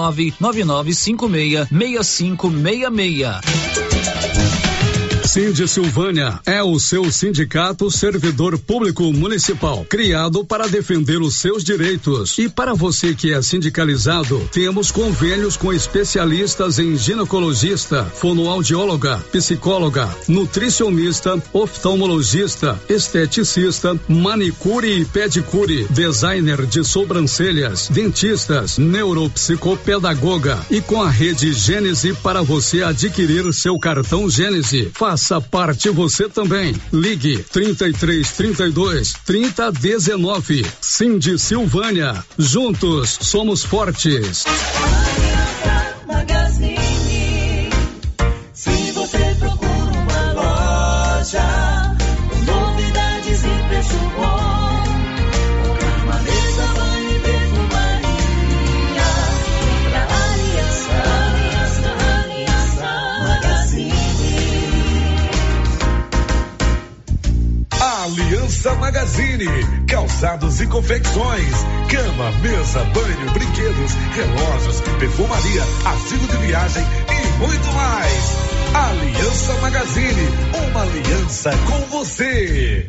99956-6566. Sindi Silvânia é o seu sindicato servidor público municipal, criado para defender os seus direitos. E para você que é sindicalizado, temos convênios com especialistas em ginecologista, fonoaudióloga, psicóloga, nutricionista, oftalmologista, esteticista, manicure e pedicure, designer de sobrancelhas, dentistas, neuropsicopedagoga e com a rede Gênese para você adquirir seu cartão Gênese. Faça parte você também. Ligue 3332-3019. Sindi Silvânia. Juntos somos fortes. Se você procura uma loja, novidades e preço bom, cama, mesa, banho e perfumaria, pra Aliança. Aliança Magazine, calçados e confecções, cama, mesa, banho, brinquedos, relógios, perfumaria, artigo de viagem e muito mais. Aliança Magazine, uma aliança com você.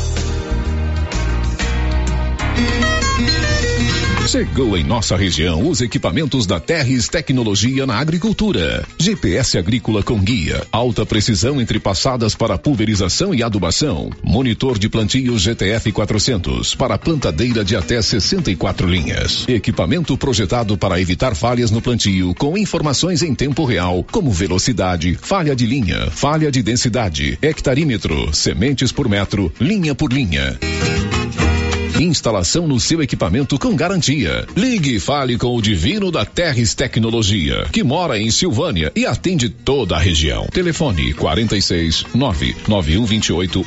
Chegou em nossa região os equipamentos da Terres Tecnologia na Agricultura. GPS agrícola com guia, alta precisão entre passadas para pulverização e adubação. Monitor de plantio GTF 400 para plantadeira de até 64 linhas. Equipamento projetado para evitar falhas no plantio com informações em tempo real, como velocidade, falha de linha, falha de densidade, hectarímetro, sementes por metro, linha por linha. Instalação no seu equipamento com garantia. Ligue e fale com o Divino da Terres Tecnologia, que mora em Silvânia e atende toda a região. Telefone 46 99128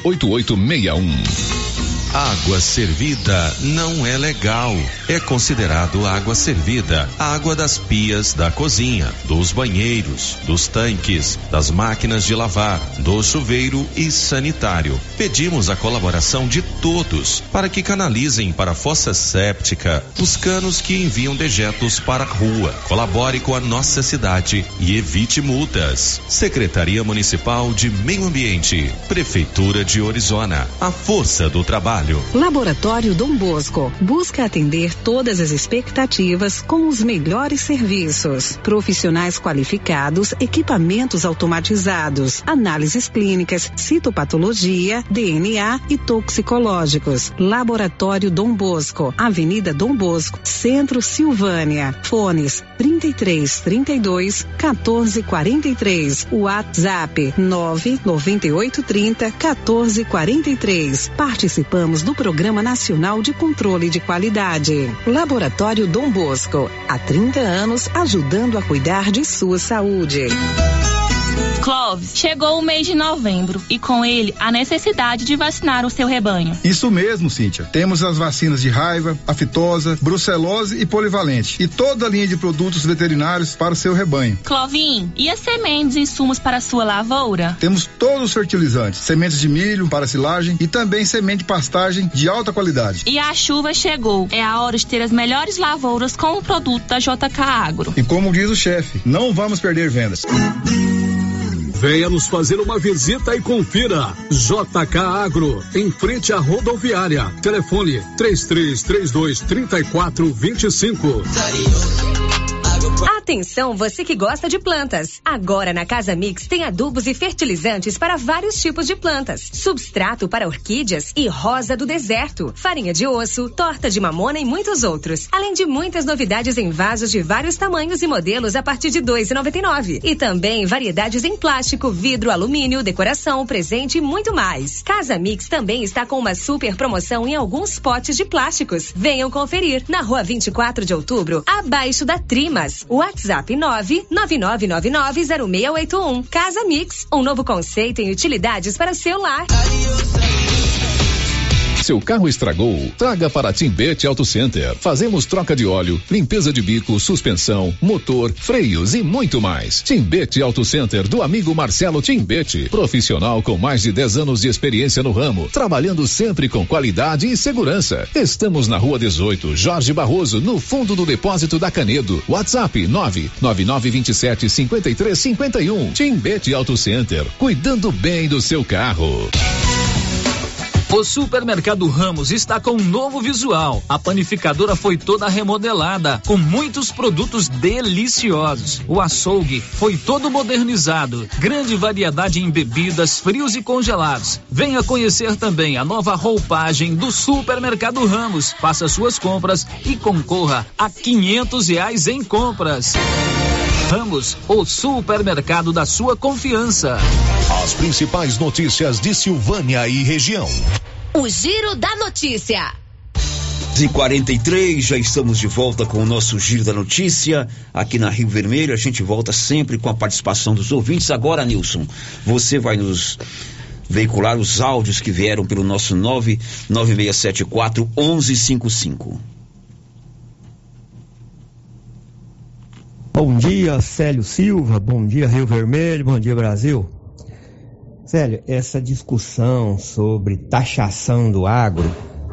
8861. Água servida não é legal. É considerado água servida a água das pias da cozinha, dos banheiros, dos tanques, das máquinas de lavar, do chuveiro e sanitário. Pedimos a colaboração de todos para que canalizem para a fossa séptica os canos que enviam dejetos para a rua. Colabore com a nossa cidade e evite multas. Secretaria Municipal de Meio Ambiente, Prefeitura de Orizona, a força do trabalho. Laboratório Dom Bosco busca atender todas as expectativas com os melhores serviços. Profissionais qualificados, equipamentos automatizados, análises clínicas, citopatologia, DNA e toxicológicos. Laboratório Dom Bosco, Avenida Dom Bosco, Centro Silvânia. Fones 3332 1443. WhatsApp 99830 1443. Participamos do Programa Nacional de Controle de Qualidade. Laboratório Dom Bosco, há 30 anos ajudando a cuidar de sua saúde. Clóvis, chegou o mês de novembro e com ele a necessidade de vacinar o seu rebanho. Isso mesmo, Cíntia. Temos as vacinas de raiva, aftosa, brucelose e polivalente e toda a linha de produtos veterinários para o seu rebanho. Clovin, e as sementes e insumos para a sua lavoura? Temos todos os fertilizantes, sementes de milho para silagem e também semente de pastagem de alta qualidade. E a chuva chegou. É a hora de ter as melhores lavouras com o produto da JK Agro. E como diz o chefe, não vamos perder vendas. Venha nos fazer uma visita e confira. JK Agro, em frente à rodoviária. Telefone 3332-3425. Atenção, você que gosta de plantas. Agora na Casa Mix tem adubos e fertilizantes para vários tipos de plantas. Substrato para orquídeas e rosa do deserto. Farinha de osso, torta de mamona e muitos outros. Além de muitas novidades em vasos de vários tamanhos e modelos a partir de R$ 2,99. E também variedades em plástico, vidro, alumínio, decoração, presente e muito mais. Casa Mix também está com uma super promoção em alguns potes de plásticos. Venham conferir na Rua 24 de Outubro, abaixo da Trimas. WhatsApp 999990681. Casa Mix, um novo conceito em utilidades para o seu lar. Seu carro estragou? Traga para Timbete Auto Center. Fazemos troca de óleo, limpeza de bico, suspensão, motor, freios e muito mais. Timbete Auto Center do amigo Marcelo Timbete, profissional com mais de 10 anos de experiência no ramo, trabalhando sempre com qualidade e segurança. Estamos na Rua 18, Jorge Barroso, no fundo do depósito da Canedo. WhatsApp 99927-5351. Timbete Auto Center, cuidando bem do seu carro. O Supermercado Ramos está com um novo visual. A panificadora foi toda remodelada, com muitos produtos deliciosos. O açougue foi todo modernizado. Grande variedade em bebidas, frios e congelados. Venha conhecer também a nova roupagem do Supermercado Ramos. Faça suas compras e concorra a R$500 em compras. Ramos, o supermercado da sua confiança. As principais notícias de Silvânia e região. O Giro da Notícia. 11h43, já estamos de volta com o nosso Giro da Notícia aqui na Rio Vermelho. A gente volta sempre com a participação dos ouvintes. Agora, Nilson, você vai nos veicular os áudios que vieram pelo nosso 99674-1155. Bom dia, Célio Silva, bom dia, Rio Vermelho, bom dia, Brasil. Célio, essa discussão sobre taxação do agro,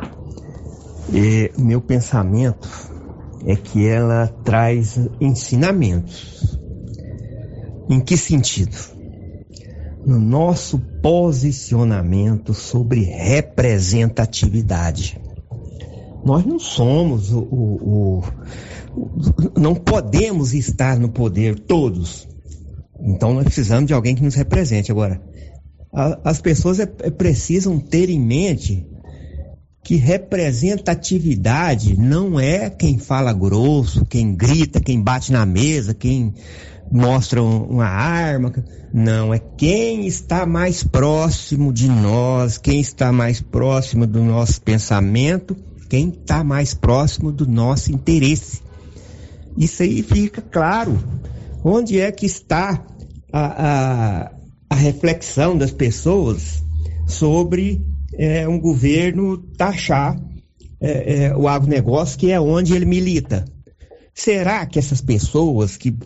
meu pensamento é que ela traz ensinamentos. Em que sentido? No nosso posicionamento sobre representatividade. Nós não somos não podemos estar no poder todos. Então nós precisamos de alguém que nos represente. Agora, as pessoas precisam ter em mente que representatividade não é quem fala grosso, quem grita, quem bate na mesa, quem mostra uma arma. Não, é quem está mais próximo de nós, quem está mais próximo do nosso pensamento, quem está mais próximo do nosso interesse. Isso aí fica claro. Onde é que está a reflexão das pessoas sobre um governo taxar o agronegócio, que é onde ele milita? Será que essas pessoas que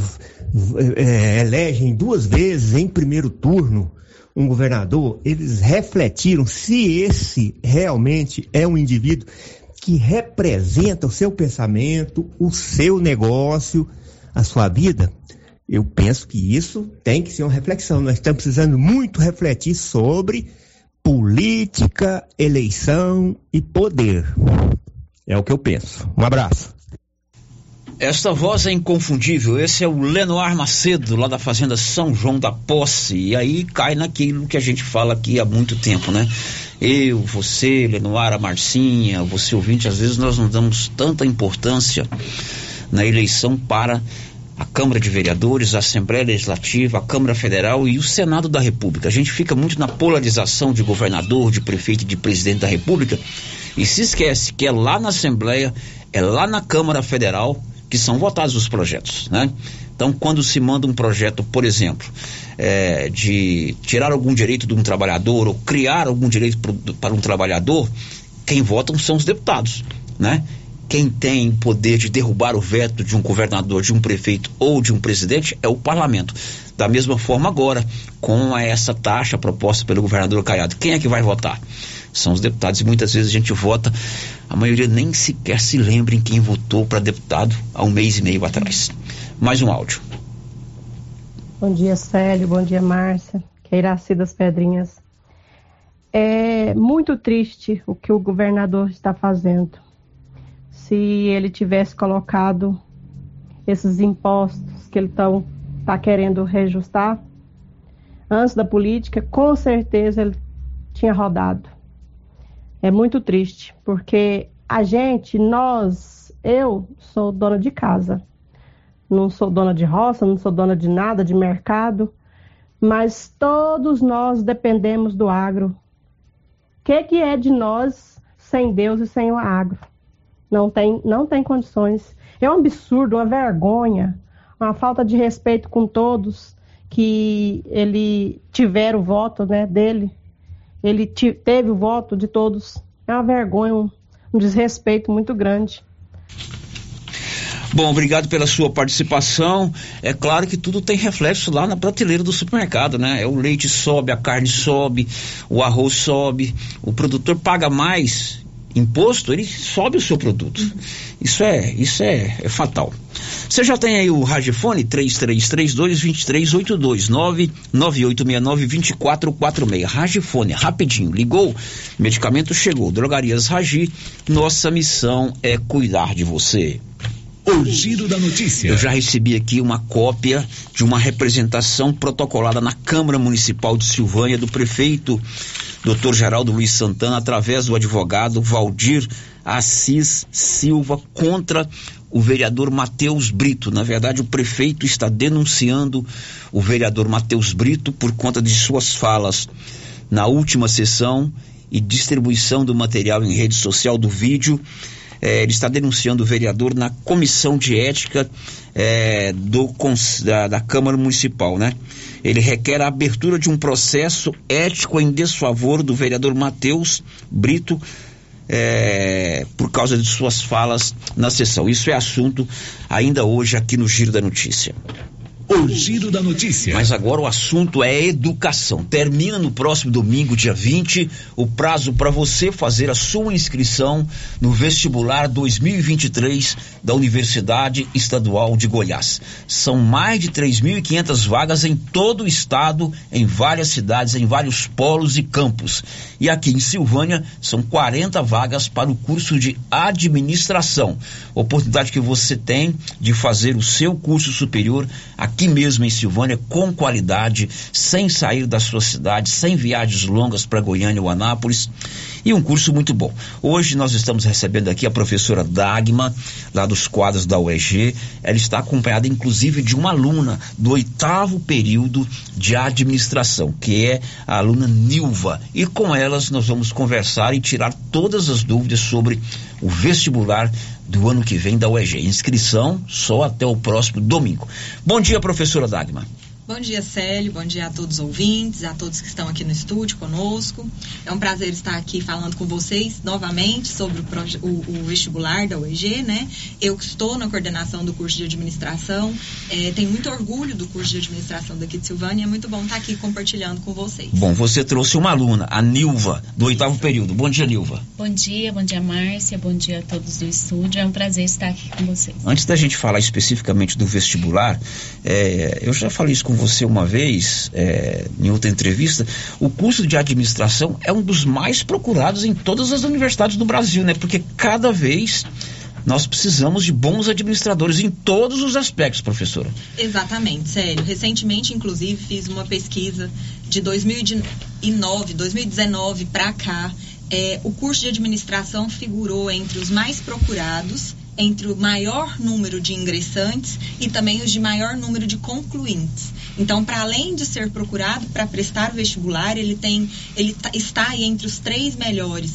elegem 2 vezes em primeiro turno um governador, eles refletiram se esse realmente é um indivíduo que representa o seu pensamento, o seu negócio, a sua vida? Eu penso que isso tem que ser uma reflexão. Nós estamos precisando muito refletir sobre política, eleição e poder. É o que eu penso. Um abraço. Esta voz é inconfundível. Esse é o Lenoir Macedo, lá da Fazenda São João da Posse. E aí cai naquilo que a gente fala aqui há muito tempo, né? Eu, você, Lenoir, a Marcinha, você ouvinte, às vezes nós não damos tanta importância na eleição para a Câmara de Vereadores, a Assembleia Legislativa, a Câmara Federal e o Senado da República. A gente fica muito na polarização de governador, de prefeito e de presidente da República e se esquece que é lá na Assembleia, é lá na Câmara Federal que são votados os projetos, né? Então, quando se manda um projeto, por exemplo, de tirar algum direito de um trabalhador ou criar algum direito para um trabalhador, quem votam são os deputados, né? Quem tem poder de derrubar o veto de um governador, de um prefeito ou de um presidente é o parlamento. Da mesma forma agora, com essa taxa proposta pelo governador Caiado, quem é que vai votar? São os deputados, e muitas vezes a gente vota, a maioria nem sequer se lembra em quem votou para deputado há 1 mês e meio atrás. Mais um áudio. Bom dia, Célio, bom dia, Márcia, que é Iraci das Pedrinhas. É muito triste o que o governador está fazendo. Se ele tivesse colocado esses impostos que ele está querendo reajustar antes da política, com certeza ele tinha rodado. É muito triste, porque eu sou dona de casa, não sou dona de roça, não sou dona de nada, de mercado, mas todos nós dependemos do agro. O que é de nós sem Deus e sem o agro? Não tem condições. É um absurdo, uma vergonha, uma falta de respeito com todos que ele tiver o voto, né, dele. Ele teve o voto de todos. É uma vergonha, um desrespeito muito grande. Bom, obrigado pela sua participação. É claro que tudo tem reflexo lá na prateleira do supermercado, né? O leite sobe, a carne sobe, o arroz sobe, o produtor paga mais imposto, ele sobe o seu produto. Isso é fatal. Você já tem aí o Ragifone 3332-2382 99869-2446. Ragifone, rapidinho, ligou, medicamento chegou. Drogarias Ragi, nossa missão é cuidar de você. O Giro da Notícia. Eu já recebi aqui uma cópia de uma representação protocolada na Câmara Municipal de Silvânia do prefeito Dr. Geraldo Luiz Santana, através do advogado Valdir Assis Silva, contra o vereador Matheus Brito. Na verdade, o prefeito está denunciando o vereador Matheus Brito por conta de suas falas na última sessão e distribuição do material em rede social do vídeo. Ele está denunciando o vereador na comissão de ética da Câmara Municipal, né? Ele requer a abertura de um processo ético em desfavor do vereador Matheus Brito por causa de suas falas na sessão. Isso é assunto ainda hoje aqui no Giro da Notícia. O Giro da Notícia. Mas agora o assunto é educação. Termina no próximo domingo, dia 20, o prazo para você fazer a sua inscrição no vestibular 2023 da Universidade Estadual de Goiás. São mais de 3.500 vagas em todo o estado, em várias cidades, em vários polos e campos. E aqui em Silvânia são 40 vagas para o curso de administração. Oportunidade que você tem de fazer o seu curso superior aqui mesmo em Silvânia, com qualidade, sem sair da sua cidade, sem viagens longas para Goiânia ou Anápolis, e um curso muito bom. Hoje nós estamos recebendo aqui a professora Dagma, lá dos quadros da UEG. Ela está acompanhada inclusive de uma aluna do 8º período de administração, que é a aluna Nilva, e com elas nós vamos conversar e tirar todas as dúvidas sobre o vestibular do ano que vem da UEG. Inscrição só até o próximo domingo. Bom dia, professora Dagma. Bom dia, Célio. Bom dia a todos os ouvintes, a todos que estão aqui no estúdio conosco. É um prazer estar aqui falando com vocês novamente sobre o vestibular da UEG, né? Eu estou na coordenação do curso de administração, tenho muito orgulho do curso de administração daqui de Silvânia, é muito bom estar aqui compartilhando com vocês. Bom, você trouxe uma aluna, a Nilva, do 8º período. Bom dia, Nilva. Bom dia, Márcia, bom dia a todos do estúdio, é um prazer estar aqui com vocês. Antes da gente falar especificamente do vestibular, eu já falei isso com você uma vez, em outra entrevista, o curso de administração é um dos mais procurados em todas as universidades do Brasil, né? Porque cada vez nós precisamos de bons administradores em todos os aspectos, professora. Exatamente, Célio. Recentemente, inclusive, fiz uma pesquisa de 2019 para cá. O curso de administração figurou entre os mais procurados, entre o maior número de ingressantes e também os de maior número de concluintes. Então, para além de ser procurado para prestar o vestibular, ele está aí entre os 3 melhores,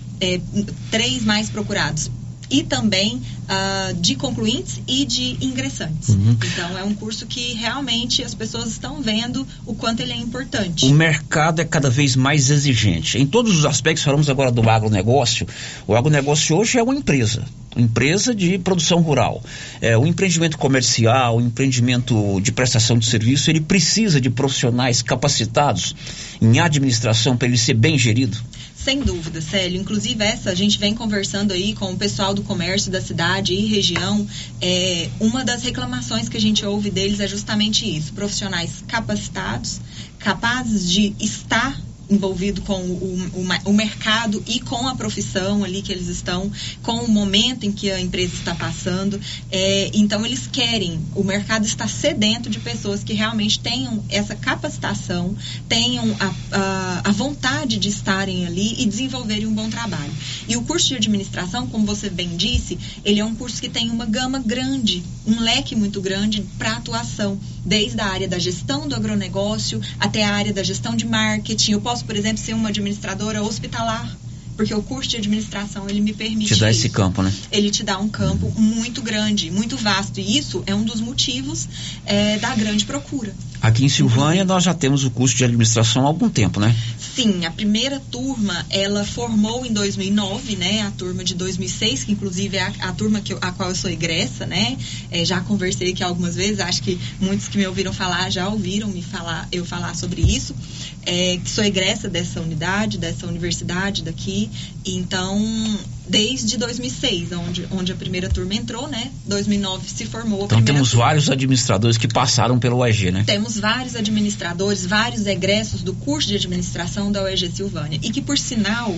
3 mais procurados. E também de concluintes e de ingressantes. Então, é um curso que realmente as pessoas estão vendo o quanto ele é importante. O mercado é cada vez mais exigente. Em todos os aspectos, falamos agora do agronegócio. O agronegócio hoje é uma empresa de produção rural. O empreendimento comercial, o empreendimento de prestação de serviço, ele precisa de profissionais capacitados em administração para ele ser bem gerido. Sem dúvida, Célio. Inclusive, a gente vem conversando aí com o pessoal do comércio da cidade e região. Uma das reclamações que a gente ouve deles é justamente isso: profissionais capacitados, capazes de estar envolvido com o mercado e com a profissão ali que eles estão, com o momento em que a empresa está passando. Então, eles querem, o mercado está sedento de pessoas que realmente tenham essa capacitação, tenham a vontade de estarem ali e desenvolverem um bom trabalho. E o curso de administração, como você bem disse, ele é um curso que tem uma gama grande, um leque muito grande para atuação, desde a área da gestão do agronegócio até a área da gestão de marketing. Eu posso, por exemplo, ser uma administradora hospitalar, porque o curso de administração, ele me permite te dá esse campo, né? Ele te dá um campo muito grande, muito vasto, e isso é um dos motivos da grande procura. Aqui em Silvânia nós já temos o curso de administração há algum tempo, né? Sim, a primeira turma, ela formou em 2009, né? A turma de 2006, que inclusive é a turma a qual eu sou egressa, né? Já conversei aqui algumas vezes, acho que muitos que me ouviram falar já ouviram eu falar sobre isso. Que sou egressa dessa unidade, dessa universidade daqui. Então, desde 2006, onde a primeira turma entrou, né? 2009 se formou a então primeira temos turma. Vários administradores que passaram pelo UEG, né? Temos vários administradores, vários egressos do curso de administração da UEG Silvânia. E que, por sinal,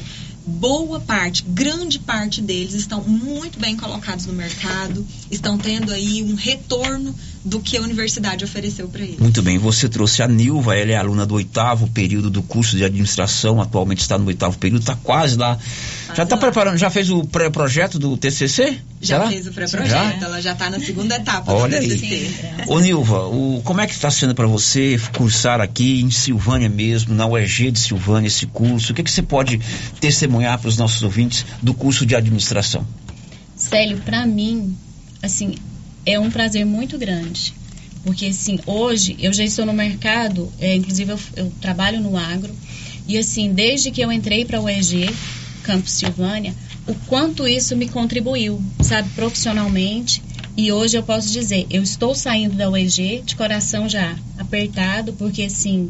grande parte deles estão muito bem colocados no mercado, estão tendo aí um retorno do que a universidade ofereceu para eles. Muito bem, você trouxe a Nilva, ela é aluna do 8º período do curso de administração, atualmente está no 8º período, está quase lá. Já está preparando, já fez o pré-projeto do TCC? Já fez o pré-projeto, ela já está na segunda etapa do TCC. Ô Nilva, como é que está sendo para você cursar aqui em Silvânia mesmo, na UEG de Silvânia, esse curso? O que você pode testemunhar para os nossos ouvintes do curso de administração? Célio, para mim, assim, é um prazer muito grande, porque assim, hoje eu já estou no mercado, inclusive eu trabalho no agro, e assim, desde que eu entrei para a UEG, Campus Silvânia, o quanto isso me contribuiu, sabe, profissionalmente, E hoje eu posso dizer, eu estou saindo da UEG de coração já apertado, porque assim,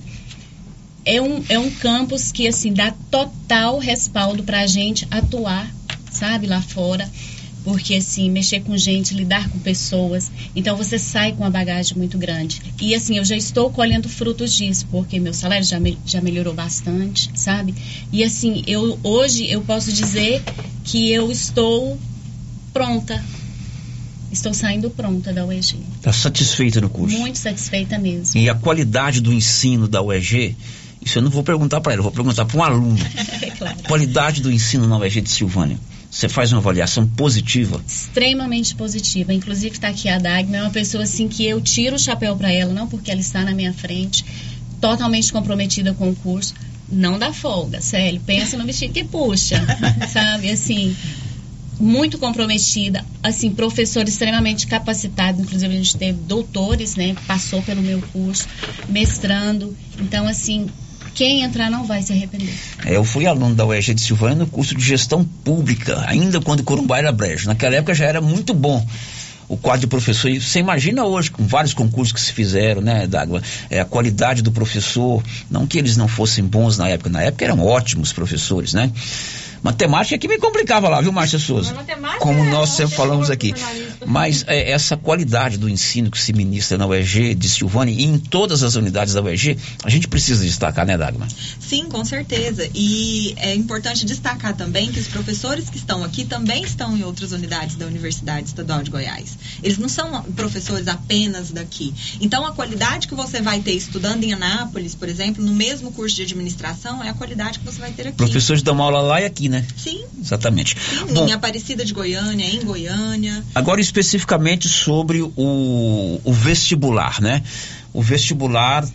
é um campus que assim dá total respaldo para a gente atuar, sabe, lá fora. Porque, assim, mexer com gente, lidar com pessoas, então você sai com uma bagagem muito grande. E, assim, eu já estou colhendo frutos disso, porque meu salário já melhorou bastante, sabe? E, assim, hoje eu posso dizer que eu estou pronta. Estou saindo pronta da UEG. Está satisfeita no curso? Muito satisfeita mesmo. E a qualidade do ensino da UEG, isso eu não vou perguntar para ela, eu vou perguntar para um aluno. Claro. Qualidade do ensino na UEG de Silvânia. Você faz uma avaliação positiva? Extremamente positiva. Inclusive está aqui a Dagmar, é uma pessoa assim que eu tiro o chapéu para ela, não porque ela está na minha frente, totalmente comprometida com o curso. Não dá folga, sério. Pensa no bichinho que puxa, sabe? Assim, muito comprometida. Assim, professor extremamente capacitado. Inclusive a gente teve doutores, né? Passou pelo meu curso, mestrando. Então, assim, quem entrar não vai se arrepender. Eu fui aluno da UEG de Silvânia no curso de gestão pública, ainda quando Corumbá era brejo. Naquela época já era muito bom o quadro de professor. E você imagina hoje, com vários concursos que se fizeram, né, Dagmar? A qualidade do professor, não que eles não fossem bons na época eram ótimos professores, né? Matemática que me complicava lá, viu, Márcia Souza? Como nós sempre falamos aqui. Mas essa qualidade do ensino que se ministra na UEG de Silvânia e em todas as unidades da UEG, a gente precisa destacar, né, Dagmar? Sim, com certeza. E é importante destacar também que os professores que estão aqui também estão em outras unidades da Universidade Estadual de Goiás. Eles não são professores apenas daqui. Então, a qualidade que você vai ter estudando em Anápolis, por exemplo, no mesmo curso de administração, é a qualidade que você vai ter aqui. Professores dão aula lá e aqui, né? Sim. Exatamente. Sim, em Aparecida de Goiânia, em Goiânia. Agora, especificamente sobre o vestibular, né? O vestibular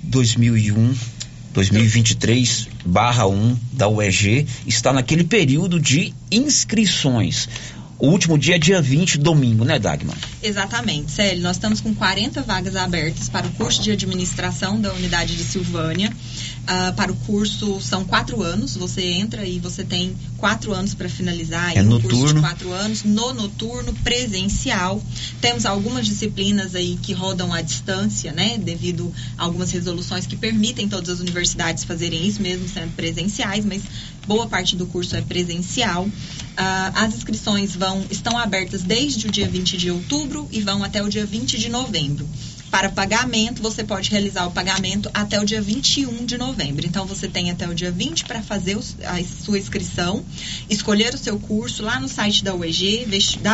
2023/1 da UEG está naquele período de inscrições. O último dia é dia 20, domingo, né, Dagmar? Exatamente, Célio. Nós estamos com 40 vagas abertas para o curso de administração da unidade de Silvânia. Para o curso são 4 anos, você entra e você tem 4 anos para finalizar. É noturno? Curso de 4 anos, no noturno, presencial. Temos algumas disciplinas aí que rodam à distância, né? Devido a algumas resoluções que permitem todas as universidades fazerem isso, mesmo sendo presenciais, mas boa parte do curso é presencial. As inscrições estão abertas desde o dia 20 de outubro e vão até o dia 20 de novembro. Para pagamento, você pode realizar o pagamento até o dia 21 de novembro. Então, você tem até o dia 20 para fazer a sua inscrição, escolher o seu curso lá no site da UEG,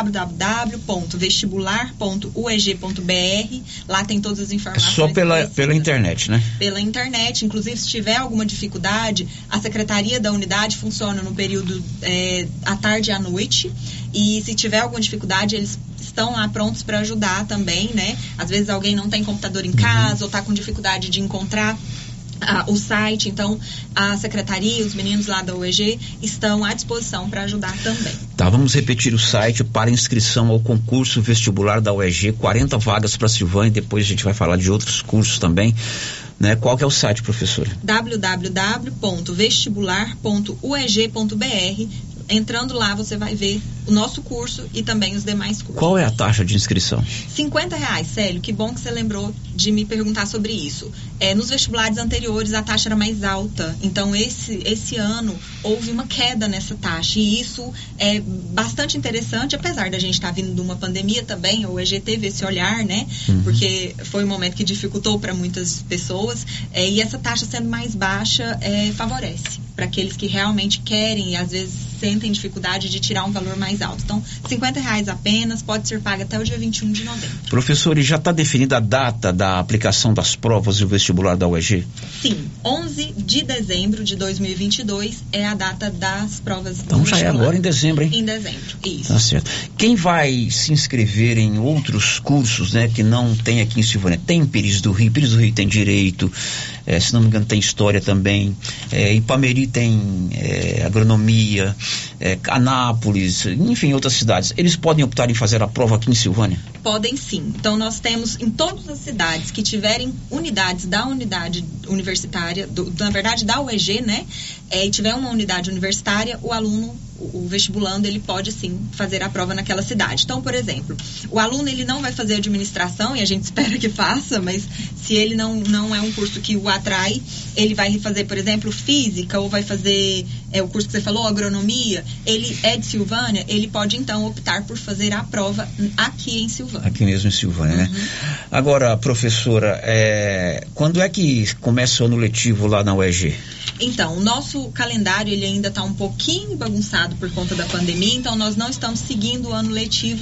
www.vestibular.ueg.br. Lá tem todas as informações. É só pela internet, né? Pela internet. Inclusive, se tiver alguma dificuldade, a secretaria da unidade funciona no período à tarde e à noite. E se tiver alguma dificuldade, eles estão lá prontos para ajudar também, né? Às vezes alguém não tem computador em casa ou está com dificuldade de encontrar o site, então a secretaria, os meninos lá da UEG estão à disposição para ajudar também. Tá, vamos repetir o site para inscrição ao concurso vestibular da UEG, 40 vagas para Silvânia, depois a gente vai falar de outros cursos também, né? Qual que é o site, professora? www.vestibular.ueg.br. Entrando lá, você vai ver o nosso curso e também os demais cursos. Qual é a taxa de inscrição? R$50, Célio. Que bom que você lembrou de me perguntar sobre isso. Nos vestibulares anteriores, a taxa era mais alta. Então, esse ano, houve uma queda nessa taxa. E isso é bastante interessante, apesar da gente estar vindo de uma pandemia também. A UEG teve esse olhar, né? Porque foi um momento que dificultou para muitas pessoas. E essa taxa sendo mais baixa, favorece para aqueles que realmente querem e às vezes sentem dificuldade de tirar um valor mais alto. Então, R$50 apenas, pode ser paga até o dia 21 de novembro. Professor, e já está definida a data da aplicação das provas do vestibular da UEG? Sim, 11 de dezembro de 2022 é a data das provas então, do vestibular. Então já é agora em dezembro, hein? Em dezembro, isso. Tá certo. Quem vai se inscrever em outros cursos, né, que não tem aqui em Silvânia? Tem Pires do Rio tem Direito, se não me engano tem História também, Ipameri tem Agronomia, Anápolis, enfim, outras cidades. Eles podem optar em fazer a prova aqui em Silvânia? Podem sim. Então nós temos em todas as cidades que tiverem unidades da unidade universitária, na verdade da UEG, né? E tiver uma unidade universitária, o aluno o vestibulando ele pode sim fazer a prova naquela cidade. Então, por exemplo, o aluno ele não vai fazer administração, e a gente espera que faça, mas se ele não é um curso que o atrai, ele vai fazer, por exemplo, física, ou vai fazer o curso que você falou, agronomia, ele é de Silvânia, ele pode então optar por fazer a prova aqui em Silvânia. Aqui mesmo em Silvânia, né? Agora, professora, quando é que começa o ano letivo lá na UEG? Então, o nosso calendário ele ainda está um pouquinho bagunçado por conta da pandemia, então nós não estamos seguindo o ano letivo,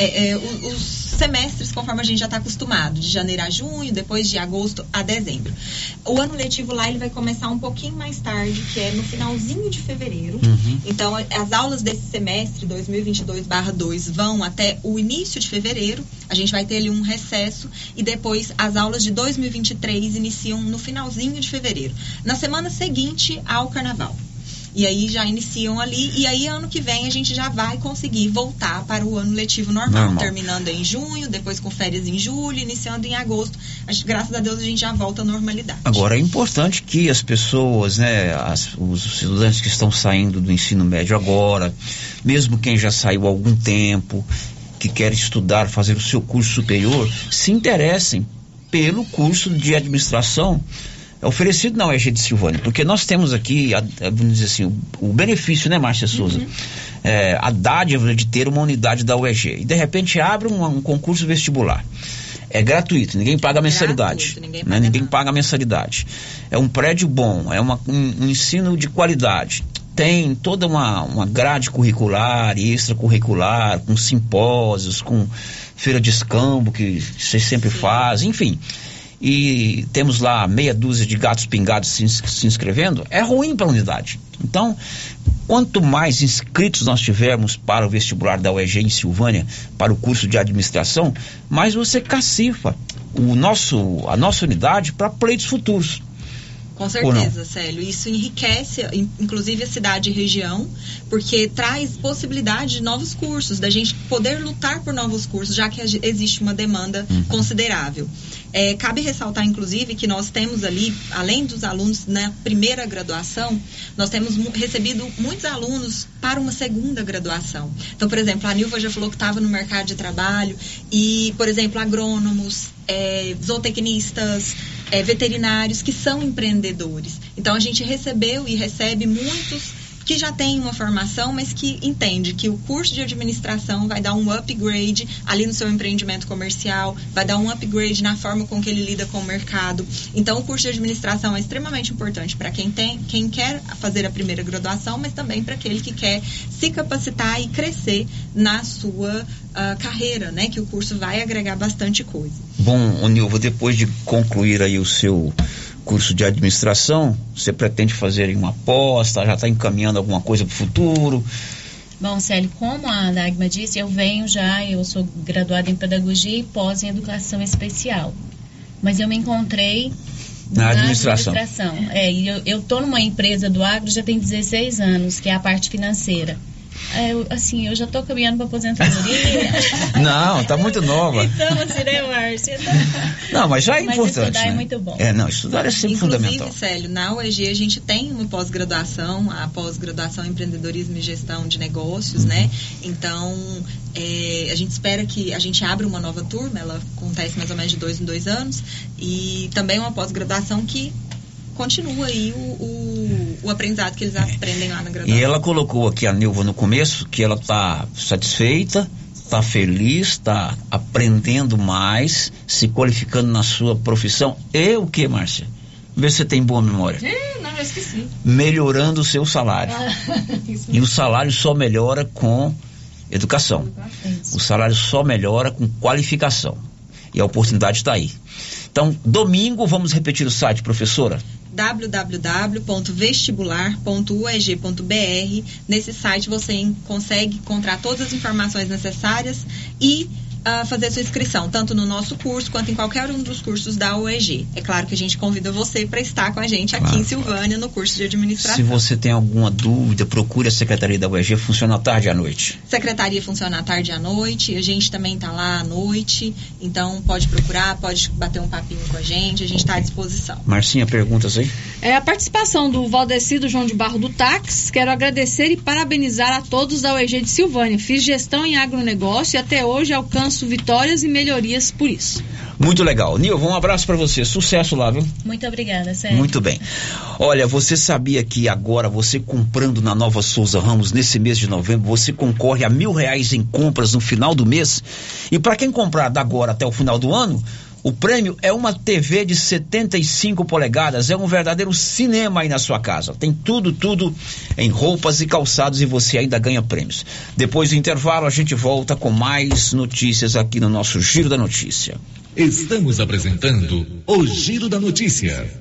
os semestres conforme a gente já está acostumado, de janeiro a junho, depois de agosto a dezembro. O ano letivo lá ele vai começar um pouquinho mais tarde, que é no finalzinho de fevereiro. Então, as aulas desse semestre 2022/2 vão até o início de fevereiro, a gente vai ter ali um recesso, e depois as aulas de 2023 iniciam no finalzinho de fevereiro. Na semana seguinte ao carnaval. E aí já iniciam ali, e aí ano que vem a gente já vai conseguir voltar para o ano letivo normal. Terminando em junho, depois com férias em julho, iniciando em agosto. Graças a Deus a gente já volta à normalidade. Agora é importante que as pessoas, né, os estudantes que estão saindo do ensino médio agora, mesmo quem já saiu há algum tempo, que quer estudar, fazer o seu curso superior, se interessem pelo curso de administração oferecido na UEG de Silvânia, porque nós temos aqui, vamos dizer assim, o benefício, né, Márcia Souza? A dádiva de ter uma unidade da UEG, e de repente abre um concurso vestibular. É gratuito, ninguém paga mensalidade. Ninguém paga mensalidade. É um prédio bom, é um ensino de qualidade. Tem toda uma grade curricular e extracurricular, com simpósios, com feira de escambo que vocês sempre fazem, enfim. E temos lá meia dúzia de gatos pingados se inscrevendo, é ruim para a unidade. Então, quanto mais inscritos nós tivermos para o vestibular da UEG em Silvânia, para o curso de administração, mais você cacifa a nossa unidade para pleitos futuros. Com certeza, Célio. Isso enriquece, inclusive, a cidade e região, porque traz possibilidade de novos cursos, da gente poder lutar por novos cursos, já que existe uma demanda considerável. Cabe ressaltar, inclusive, que nós temos ali, além dos alunos na primeira graduação, nós temos recebido muitos alunos para uma segunda graduação. Então, por exemplo, a Nilva já falou que estava no mercado de trabalho e, por exemplo, agrônomos, zootecnistas, veterinários que são empreendedores. Então, a gente recebeu e recebe muitos que já têm uma formação, mas que entende que o curso de administração vai dar um upgrade ali no seu empreendimento comercial, vai dar um upgrade na forma com que ele lida com o mercado. Então, o curso de administração é extremamente importante para quem quer fazer a primeira graduação, mas também para aquele que quer se capacitar e crescer na sua carreira, né? Que o curso vai agregar bastante coisa. Bom, Nilva, depois de concluir aí o seu curso de administração, você pretende fazer uma aposta, já está encaminhando alguma coisa para o futuro? Bom, Célio, como a Dagmar disse, eu sou graduada em pedagogia e pós em educação especial, mas eu me encontrei na administração. E eu estou numa empresa do agro já tem 16 anos, que é a parte financeira. Eu já estou caminhando para aposentadoria. Não, tá muito nova. Então, assim, né, Márcia? Não, mas já é importante. Estudar, né? É muito bom. Estudar é sempre fundamental. Inclusive, Célio, na UEG a gente tem uma pós-graduação, a pós-graduação em empreendedorismo e gestão de negócios, né? Então, a gente espera que a gente abra uma nova turma, ela acontece mais ou menos de 2 em 2 anos, e também uma pós-graduação que continua aí o aprendizado que eles aprendem lá na graduação. E ela colocou aqui, a Nilva, no começo, que ela está satisfeita, está feliz, está aprendendo mais, se qualificando na sua profissão. E o que, Márcia? Vê se você tem boa memória. Não, eu esqueci. Melhorando o seu salário. E o salário só melhora com educação. O salário só melhora com qualificação. E a oportunidade está aí. Então, domingo, vamos repetir o site, professora? www.vestibular.ueg.br. Nesse site você consegue encontrar todas as informações necessárias e fazer sua inscrição, tanto no nosso curso quanto em qualquer um dos cursos da UEG. É claro que a gente convida você para estar com a gente aqui em Silvânia, no curso de administração. Se você tem alguma dúvida, procure a Secretaria da UEG, funciona à tarde e à noite. Secretaria funciona à tarde e à noite, a gente também está lá à noite, então pode procurar, pode bater um papinho com a gente está à disposição. Marcinha, perguntas aí? A participação do Valdecido João de Barro do Táxi, quero agradecer e parabenizar a todos da UEG de Silvânia. Fiz gestão em agronegócio e até hoje alcanço vitórias e melhorias por isso. Muito legal. Nilva, um abraço para você. Sucesso lá, viu? Muito obrigada, Sérgio. Muito bem. Olha, você sabia que agora você comprando na Nova Souza Ramos, nesse mês de novembro, você concorre a R$1.000 em compras no final do mês? E para quem comprar da agora até o final do ano, o prêmio é uma TV de 75 polegadas, é um verdadeiro cinema aí na sua casa. Tem tudo em roupas e calçados e você ainda ganha prêmios. Depois do intervalo a gente volta com mais notícias aqui no nosso Giro da Notícia. Estamos apresentando o Giro da Notícia.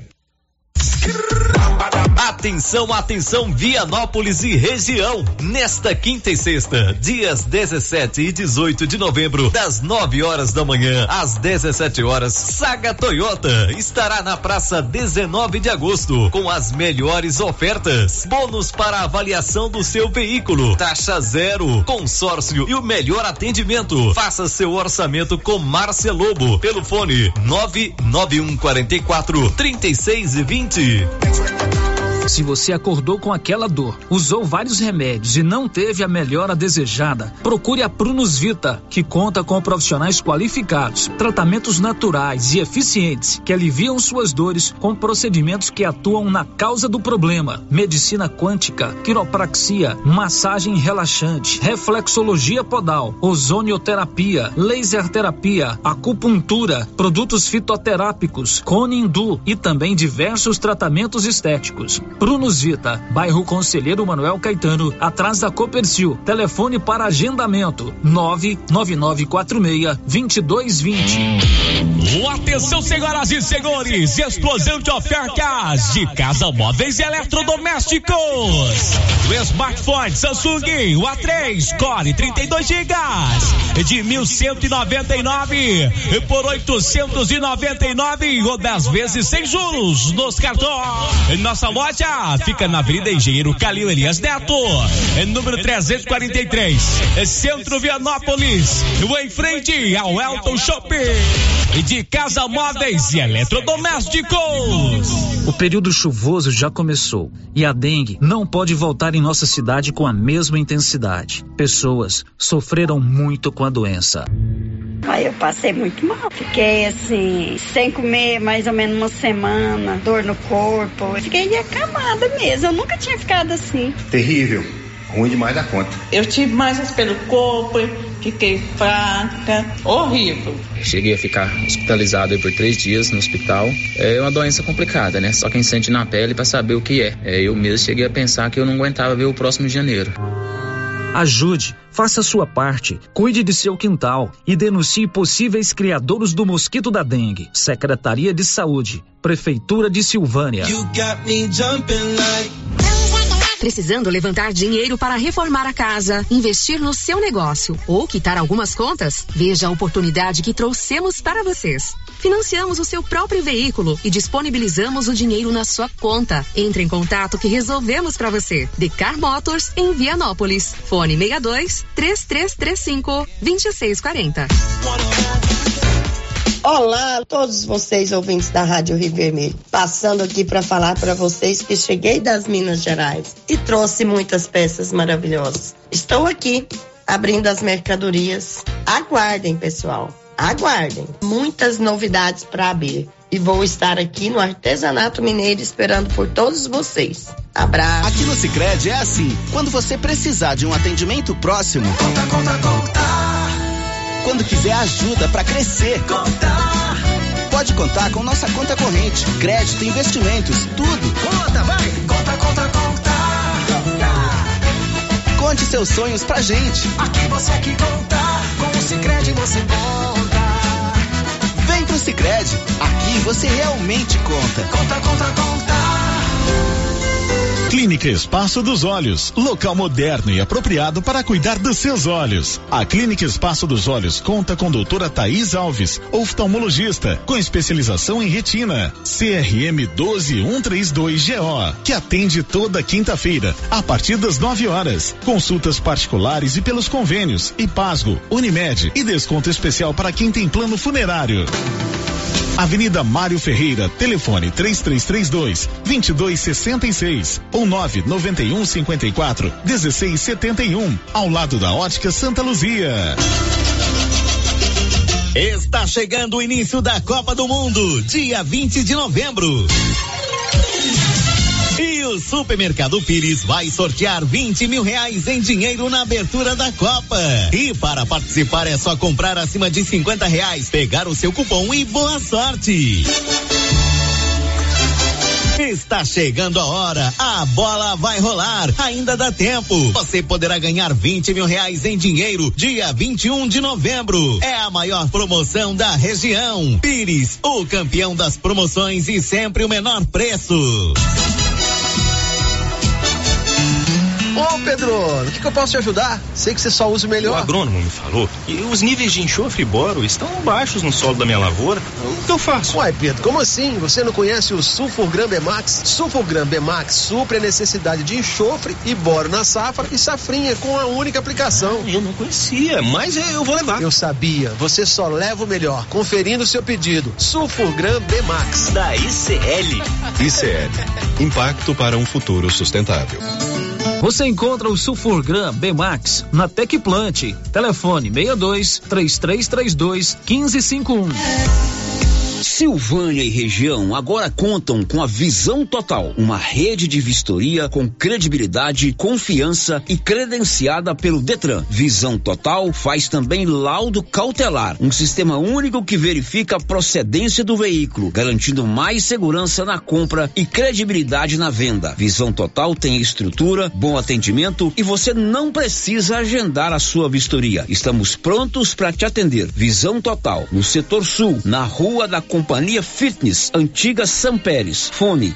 Atenção, atenção, Vianópolis e região. Nesta quinta e sexta, dias 17 e 18 de novembro, das 9 horas da manhã às 17 horas, Saga Toyota estará na praça 19 de agosto com as melhores ofertas. Bônus para avaliação do seu veículo, taxa zero, consórcio e o melhor atendimento. Faça seu orçamento com Márcia Lobo pelo fone 99144-3620. Se você acordou com aquela dor, usou vários remédios e não teve a melhora desejada, procure a Prunus Vita, que conta com profissionais qualificados, tratamentos naturais e eficientes que aliviam suas dores com procedimentos que atuam na causa do problema: medicina quântica, quiropraxia, massagem relaxante, reflexologia podal, ozonioterapia, laser terapia, acupuntura, produtos fitoterápicos, cone hindu e também diversos tratamentos estéticos. Prunus Vita, bairro Conselheiro Manuel Caetano, atrás da Copercil. Telefone para agendamento 99946-2220. Atenção, senhoras e senhores, explosão de ofertas de Casa Móveis e Eletrodomésticos. O smartphone Samsung, o A3 Core 32 GB de 1.199 por 899 ou 10 vezes sem juros nos cartões. Nossa loja fica na Avenida Engenheiro Calil Elias Neto, número 343, Centro Vianópolis, em frente ao Elton Shopping. De Casa Móveis e Eletrodomésticos. O período chuvoso já começou e a dengue não pode voltar em nossa cidade com a mesma intensidade. Pessoas sofreram muito com a doença. Aí eu passei muito mal, fiquei assim, sem comer mais ou menos uma semana, dor no corpo, fiquei acamada mesmo, eu nunca tinha ficado assim. Terrível, ruim demais da conta. Eu tive mais pelo corpo, fiquei fraca, horrível. Cheguei a ficar hospitalizado aí por 3 dias no hospital. É uma doença complicada, né? Só quem sente na pele pra saber o que é. Eu mesmo cheguei a pensar que eu não aguentava ver o próximo de janeiro. Ajude, faça a sua parte, cuide de seu quintal e denuncie possíveis criadouros do mosquito da dengue. Secretaria de Saúde, Prefeitura de Silvânia. Precisando levantar dinheiro para reformar a casa, investir no seu negócio ou quitar algumas contas? Veja a oportunidade que trouxemos para vocês. Financiamos o seu próprio veículo e disponibilizamos o dinheiro na sua conta. Entre em contato que resolvemos para você. Decar Motors em Vianópolis. Fone 62-3335-2640. Olá a todos vocês ouvintes da Rádio Rio Vermelho, passando aqui para falar para vocês que cheguei das Minas Gerais e trouxe muitas peças maravilhosas. Estou aqui abrindo as mercadorias. Aguardem, pessoal, aguardem. Muitas novidades para abrir. E vou estar aqui no Artesanato Mineiro esperando por todos vocês. Abraço. Aqui no Sicredi é assim, quando você precisar de um atendimento próximo, conta. Quando quiser ajuda para crescer, pode contar com nossa conta corrente, crédito, investimentos, tudo. Conta, vai! Conta. Conte seus sonhos pra gente. Aqui você que conta, com o Sicredi você conta. Vem pro Sicredi, aqui você realmente conta. Conta. Clínica Espaço dos Olhos, local moderno e apropriado para cuidar dos seus olhos. A Clínica Espaço dos Olhos conta com doutora Thaís Alves, oftalmologista, com especialização em retina, CRM 12132GO, que atende toda quinta-feira, a partir das 9 horas. Consultas particulares e pelos convênios, IPASGO, Unimed e desconto especial para quem tem plano funerário. Avenida Mário Ferreira, telefone 3332-2266 ou 99154-1671, ao lado da Ótica Santa Luzia. Está chegando o início da Copa do Mundo, dia 20 de novembro. E o Supermercado Pires vai sortear 20 mil reais em dinheiro na abertura da Copa. E para participar é só comprar acima de 50 reais, pegar o seu cupom e boa sorte. Está chegando a hora, a bola vai rolar, ainda dá tempo. Você poderá ganhar 20 mil reais em dinheiro dia 21 de novembro. É a maior promoção da região. Pires, o campeão das promoções e sempre o menor preço. Ô Pedro, o que eu posso te ajudar? Sei que você só usa o melhor. O agrônomo me falou e os níveis de enxofre e boro estão baixos no solo da minha lavoura. O que eu faço? Uai Pedro, como assim? Você não conhece o Sulfurgram Bemax? Sulfurgram Bemax supre a necessidade de enxofre e boro na safra e safrinha com a única aplicação. Eu não conhecia, mas eu vou levar. Eu sabia, você só leva o melhor, conferindo o seu pedido. Sulfurgram Bemax. Da ICL. ICL, impacto para um futuro sustentável. Você encontra o Sulfurgram Bemax na Tecplant. Telefone 62-3332-1551. Silvânia e região agora contam com a Visão Total, uma rede de vistoria com credibilidade, confiança e credenciada pelo Detran. Visão Total faz também laudo cautelar, um sistema único que verifica a procedência do veículo, garantindo mais segurança na compra e credibilidade na venda. Visão Total tem estrutura, bom atendimento e você não precisa agendar a sua vistoria. Estamos prontos para te atender. Visão Total, no setor sul, na Rua da Companhia Fitness, Antiga São Pérez. Fone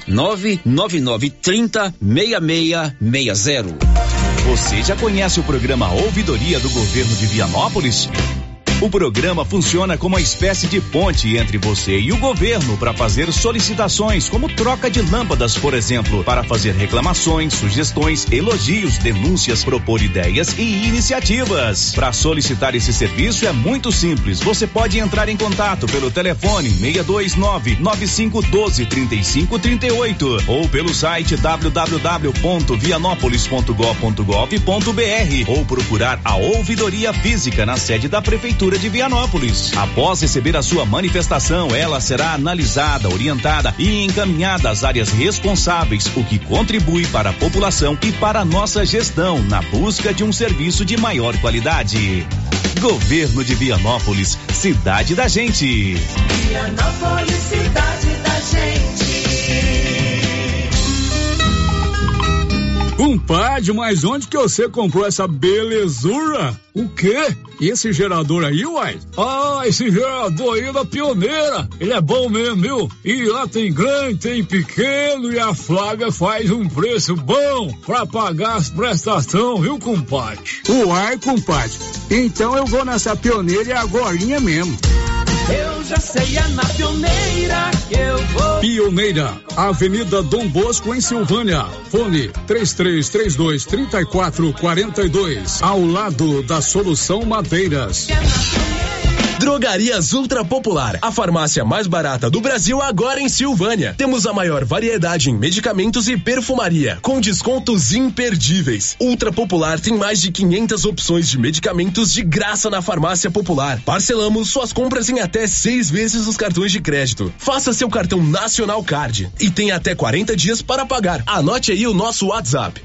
99930-6660. Você já conhece o programa Ouvidoria do Governo de Vianópolis? O programa funciona como uma espécie de ponte entre você e o governo para fazer solicitações, como troca de lâmpadas, por exemplo, para fazer reclamações, sugestões, elogios, denúncias, propor ideias e iniciativas. Para solicitar esse serviço é muito simples. Você pode entrar em contato pelo telefone 629-9512-3538 ou pelo site www.vianopolis.gov.br ou procurar a ouvidoria física na sede da Prefeitura de Vianópolis. Após receber a sua manifestação, ela será analisada, orientada e encaminhada às áreas responsáveis, o que contribui para a população e para a nossa gestão na busca de um serviço de maior qualidade. Governo de Vianópolis, cidade da gente. Vianópolis, cidade da gente. Compadre, mas onde que você comprou essa belezura? O quê? Esse gerador aí, uai? Ah, esse gerador aí é da Pioneira. Ele é bom mesmo, viu? E lá tem grande, tem pequeno e a Flávia faz um preço bom pra pagar as prestações, viu, compadre? Uai, compadre. Então eu vou nessa Pioneira e agorinha mesmo. Eu já sei, é na Pioneira que eu vou. Pioneira, Avenida Dom Bosco, em Silvânia. Fone 3332-3442. Ao lado da Solução Madeiras. Drogarias Ultra Popular, a farmácia mais barata do Brasil agora em Silvânia. Temos a maior variedade em medicamentos e perfumaria, com descontos imperdíveis. Ultra Popular tem mais de 500 opções de medicamentos de graça na farmácia popular. Parcelamos suas compras em até 6 vezes os cartões de crédito. Faça seu cartão Nacional Card e tem até 40 dias para pagar. Anote aí o nosso WhatsApp,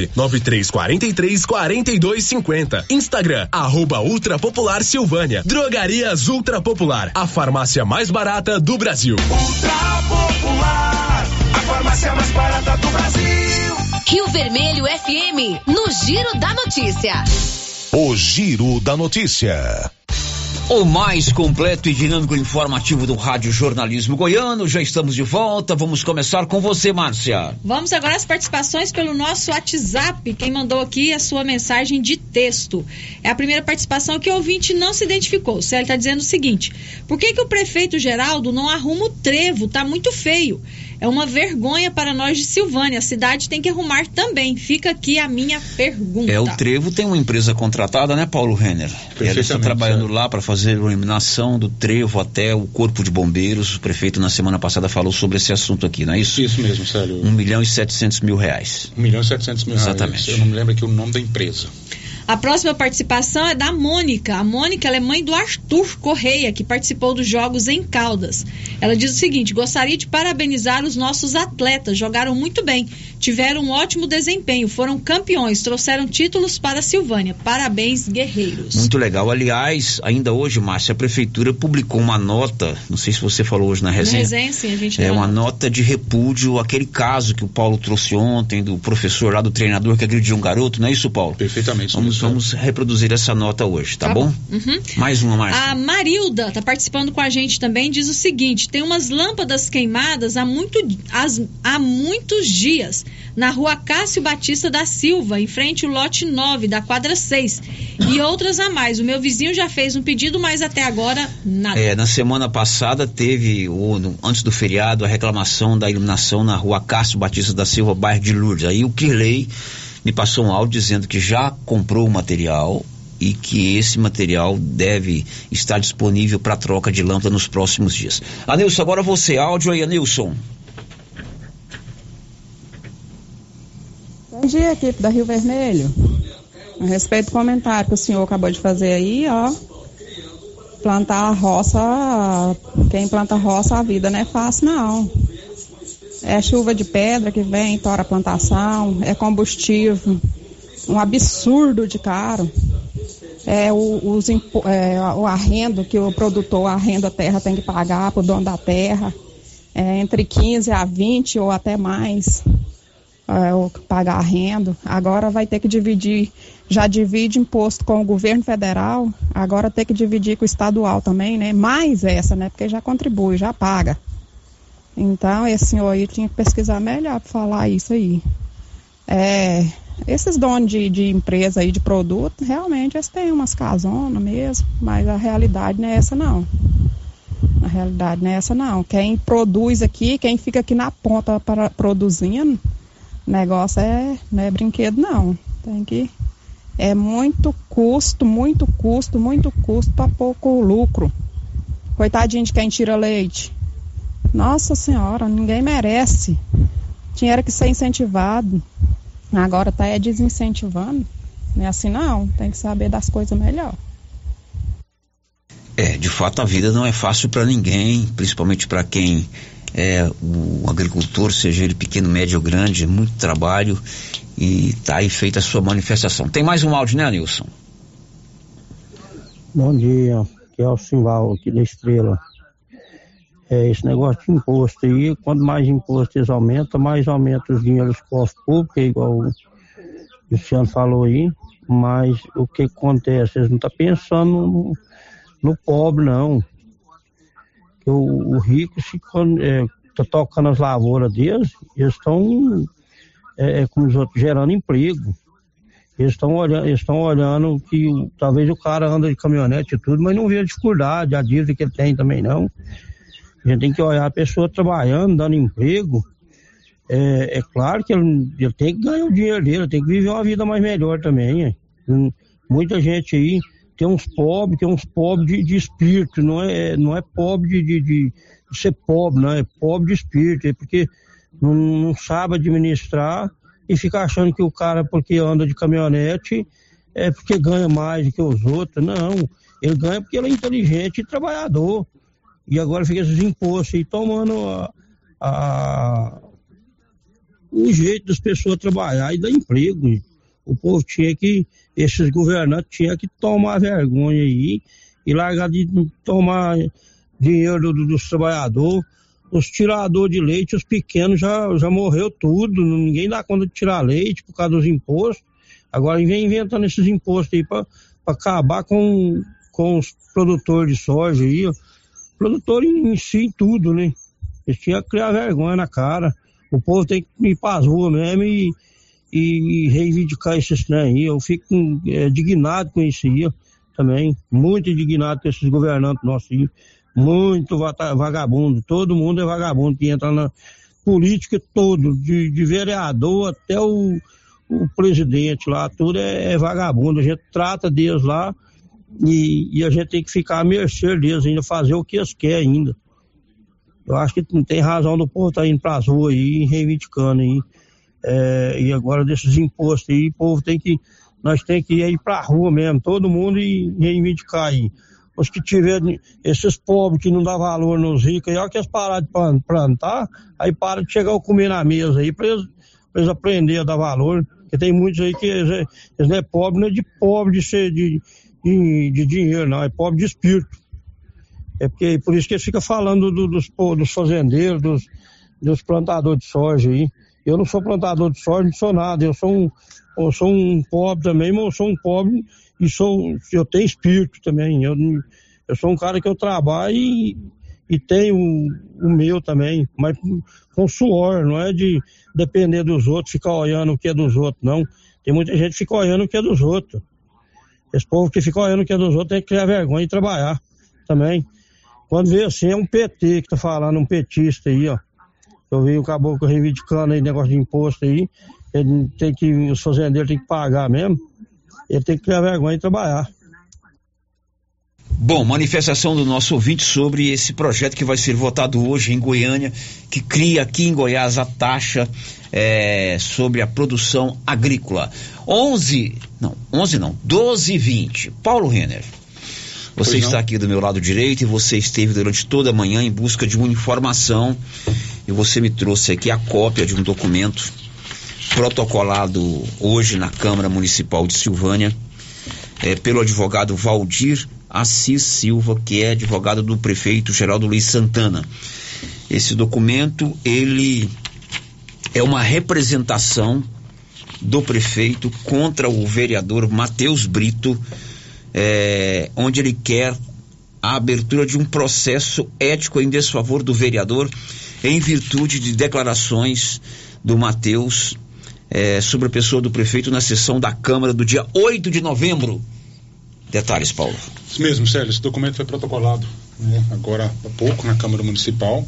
993434250. Instagram, @Ultra Popular Silvânia. Drogarias Ultra Popular, a farmácia mais barata do Brasil. Ultra Popular, a farmácia mais barata do Brasil. Rio Vermelho FM, no Giro da Notícia. O Giro da Notícia. O mais completo e dinâmico informativo do Rádio Jornalismo Goiano. Já estamos de volta. Vamos começar com você, Márcia. Vamos agora às participações pelo nosso WhatsApp. Quem mandou aqui a sua mensagem de texto. É a primeira participação que o ouvinte não se identificou. O Célio está dizendo o seguinte: por que o prefeito Geraldo não arruma o trevo? Tá muito feio. É uma vergonha para nós de Silvânia. A cidade tem que arrumar também. Fica aqui a minha pergunta. O trevo tem uma empresa contratada, né, Paulo Renner? Ela está trabalhando lá para fazer a iluminação do trevo até o corpo de bombeiros. O prefeito na semana passada falou sobre esse assunto aqui, não é isso? Isso mesmo, Célio. 1.700.000 reais. 1.700.000 reais. Exatamente. Eu não me lembro aqui o nome da empresa. A próxima participação é da Mônica. A Mônica, ela é mãe do Arthur Correia, que participou dos Jogos em Caldas. Ela diz o seguinte: gostaria de parabenizar os nossos atletas, jogaram muito bem, tiveram um ótimo desempenho, foram campeões, trouxeram títulos para a Silvânia. Parabéns, guerreiros. Muito legal. Aliás, ainda hoje, Márcia, a prefeitura publicou uma nota, não sei se você falou hoje na resenha. Na resenha, sim, a gente uma nota de repúdio àquele caso que o Paulo trouxe ontem, do professor lá, do treinador que agrediu um garoto, não é isso, Paulo? Perfeitamente. Vamos reproduzir essa nota hoje, tá bom? Uhum. Mais uma, Márcia. A Marilda tá participando com a gente também, diz o seguinte: tem umas lâmpadas queimadas há muitos dias na rua Cássio Batista da Silva, em frente ao lote 9 da quadra 6, e outras a mais. O meu vizinho já fez um pedido, mas até agora nada. Na semana passada teve, antes do feriado, a reclamação da iluminação na rua Cássio Batista da Silva, bairro de Lourdes. Aí o Kirley me passou um áudio dizendo que já comprou o material e que esse material deve estar disponível para troca de lâmpada nos próximos dias. Anilson, agora você, áudio aí, Anilson. Bom dia, equipe da Rio Vermelho. A respeito do comentário que o senhor acabou de fazer aí, plantar a roça, quem planta roça, a vida não é fácil, não. É chuva de pedra que vem, tora a plantação, é combustível, um absurdo de caro. O arrendo que o produtor arrenda a terra tem que pagar para o dono da terra, entre 15 a 20 ou até mais, pagar arrendo. Agora vai ter que dividir, já divide imposto com o governo federal, agora tem que dividir com o estadual também, né? Mais essa, né? Porque já contribui, já paga. Então, esse senhor aí tinha que pesquisar melhor para falar isso aí. Esses donos de empresa aí, de produto, realmente eles têm umas casonas mesmo, mas a realidade não é essa não. A realidade não é essa não. Quem produz aqui, quem fica aqui na ponta produzindo, o negócio não é brinquedo não. É muito custo para pouco lucro. Coitadinho de quem tira leite. Nossa senhora, ninguém merece. Tinha que ser incentivado. Agora tá desincentivando. Não é assim não, tem que saber das coisas melhor. De fato a vida não é fácil para ninguém, principalmente para quem é o agricultor, seja ele pequeno, médio ou grande, é muito trabalho e tá aí feita a sua manifestação. Tem mais um áudio, né, Nilson? Bom dia, aqui é o Simval, aqui da Estrela. Esse negócio de imposto aí, quanto mais imposto eles aumentam, mais aumenta os dinheiros dos cofres públicos, igual o Luciano falou aí, mas o que acontece? Eles não estão pensando no pobre, não. Que o rico, se está tocando as lavouras deles, eles estão, como os outros, gerando emprego. Eles estão olhando que talvez o cara anda de caminhonete e tudo, mas não vê a dificuldade, a dívida que ele tem também, não. A gente tem que olhar a pessoa trabalhando, dando emprego. É claro que ele tem que ganhar o dinheiro dele, tem que viver uma vida mais melhor também. Muita gente aí tem uns pobres de espírito, não é pobre de ser pobre, não, é pobre de espírito, porque não sabe administrar e fica achando que o cara, porque anda de caminhonete, é porque ganha mais do que os outros. Não, ele ganha porque ele é inteligente e trabalhador. E agora fica esses impostos aí tomando o jeito das pessoas trabalhar e dar emprego. O povo esses governantes tinham que tomar vergonha aí e largar de tomar dinheiro dos trabalhadores. Os tiradores de leite, os pequenos já morreu tudo, ninguém dá conta de tirar leite por causa dos impostos. Agora vem inventando esses impostos aí para acabar com com os produtores de soja aí, ó, produtor em si tudo, né? Eles tinham que criar vergonha na cara. O povo tem que ir para as ruas mesmo e reivindicar esses trem aí. Eu fico indignado com isso aí, ó, também. Muito indignado com esses governantes nossos aí. Muito vagabundo. Todo mundo é vagabundo que entra na política todo, de vereador até o presidente lá, tudo é vagabundo. A gente trata deles lá e a gente tem que ficar à mercê deles ainda, fazer o que eles querem ainda. Eu acho que não tem razão do povo estar indo para as ruas aí, reivindicando aí. E agora desses impostos aí, o povo nós tem que ir para a rua mesmo, todo mundo e reivindicar aí. Os que tiverem, esses pobres que não dão valor nos ricos, aí, ó, que eles pararam de plantar, aí para de chegar a comer na mesa aí, para eles aprenderem a dar valor. Porque tem muitos aí que eles não é pobre, não é de pobre de dinheiro, não, é pobre de espírito. Por isso que eles ficam falando dos fazendeiros, dos plantadores de soja aí. Eu não sou plantador de soja, não sou nada, eu sou um pobre também, mas eu sou um pobre e eu tenho espírito também. Eu sou um cara que eu trabalho e tenho o meu também, mas com suor, não é de depender dos outros, ficar olhando o que é dos outros, não. Tem muita gente que fica olhando o que é dos outros. Esse povo que fica olhando o que é dos outros tem que criar vergonha e trabalhar também. Quando vê assim, é um PT que tá falando, um petista aí, ó. Eu vi o caboclo reivindicando aí negócio de imposto aí, os fazendeiros têm que pagar mesmo, ele tem que criar vergonha e trabalhar. Bom, manifestação do nosso ouvinte sobre esse projeto que vai ser votado hoje em Goiânia, que cria aqui em Goiás a taxa sobre a produção agrícola. 12h20. Paulo Renner, você está aqui do meu lado direito e você esteve durante toda a manhã em busca de uma informação e você me trouxe aqui a cópia de um documento protocolado hoje na Câmara Municipal de Silvânia pelo advogado Valdir Assis Silva, que é advogado do prefeito Geraldo Luiz Santana. Esse documento, ele é uma representação do prefeito contra o vereador Matheus Brito, onde ele quer a abertura de um processo ético em desfavor do vereador em virtude de declarações do Matheus sobre a pessoa do prefeito na sessão da Câmara do dia 8 de novembro. Detalhes, Paulo. Isso mesmo, Célio, esse documento foi protocolado agora há pouco na Câmara Municipal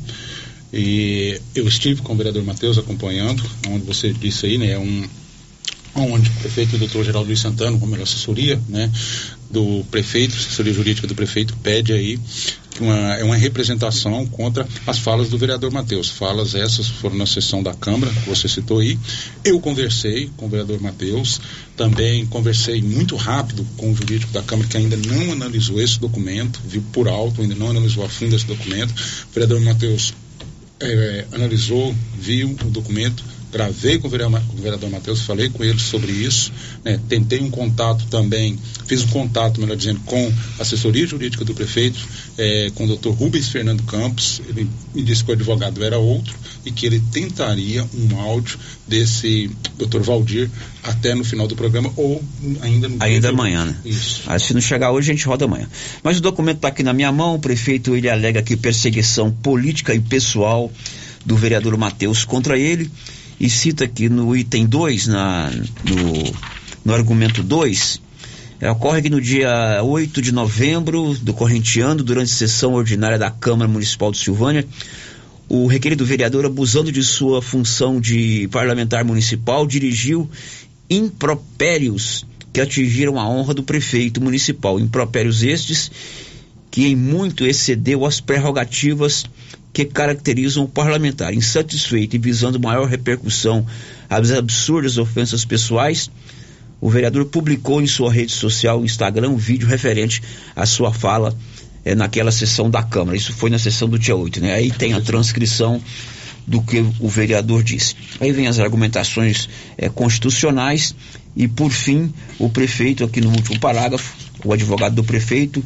e eu estive com o vereador Matheus acompanhando, onde você disse aí, né, onde o prefeito, o doutor Geraldo Luiz Santana, como assessoria, né, do prefeito, assessoria jurídica do prefeito, pede aí uma representação contra as falas do vereador Matheus. Falas essas foram na sessão da Câmara, que você citou aí. Eu conversei com o vereador Matheus, também conversei muito rápido com o jurídico da Câmara, que ainda não analisou esse documento, viu por alto, ainda não analisou a fundo esse documento. O vereador Matheus analisou, viu o documento, gravei com o vereador Matheus, falei com ele sobre isso, né? Tentei um contato também, fiz um contato, melhor dizendo, com a assessoria jurídica do prefeito, com o doutor Rubens Fernando Campos. Ele me disse que o advogado era outro e que ele tentaria um áudio desse doutor Valdir até no final do programa ou ainda amanhã, né? Isso. Aí, se não chegar hoje, a gente roda amanhã. Mas o documento está aqui na minha mão. O prefeito, ele alega aqui perseguição política e pessoal do vereador Matheus contra ele. E cita aqui no item 2, no argumento 2, ocorre que no dia 8 de novembro do corrente ano, durante a sessão ordinária da Câmara Municipal de Silvânia, o requerido vereador, abusando de sua função de parlamentar municipal, dirigiu impropérios que atingiram a honra do prefeito municipal. Impropérios estes que em muito excedeu as prerrogativas que caracterizam o parlamentar. Insatisfeito e visando maior repercussão às absurdas ofensas pessoais, o vereador publicou em sua rede social, Instagram, um vídeo referente à sua fala naquela sessão da Câmara. Isso foi na sessão do dia 8, né? Aí tem a transcrição do que o vereador disse. Aí vem as argumentações constitucionais e, por fim, o prefeito, aqui no último parágrafo, o advogado do prefeito,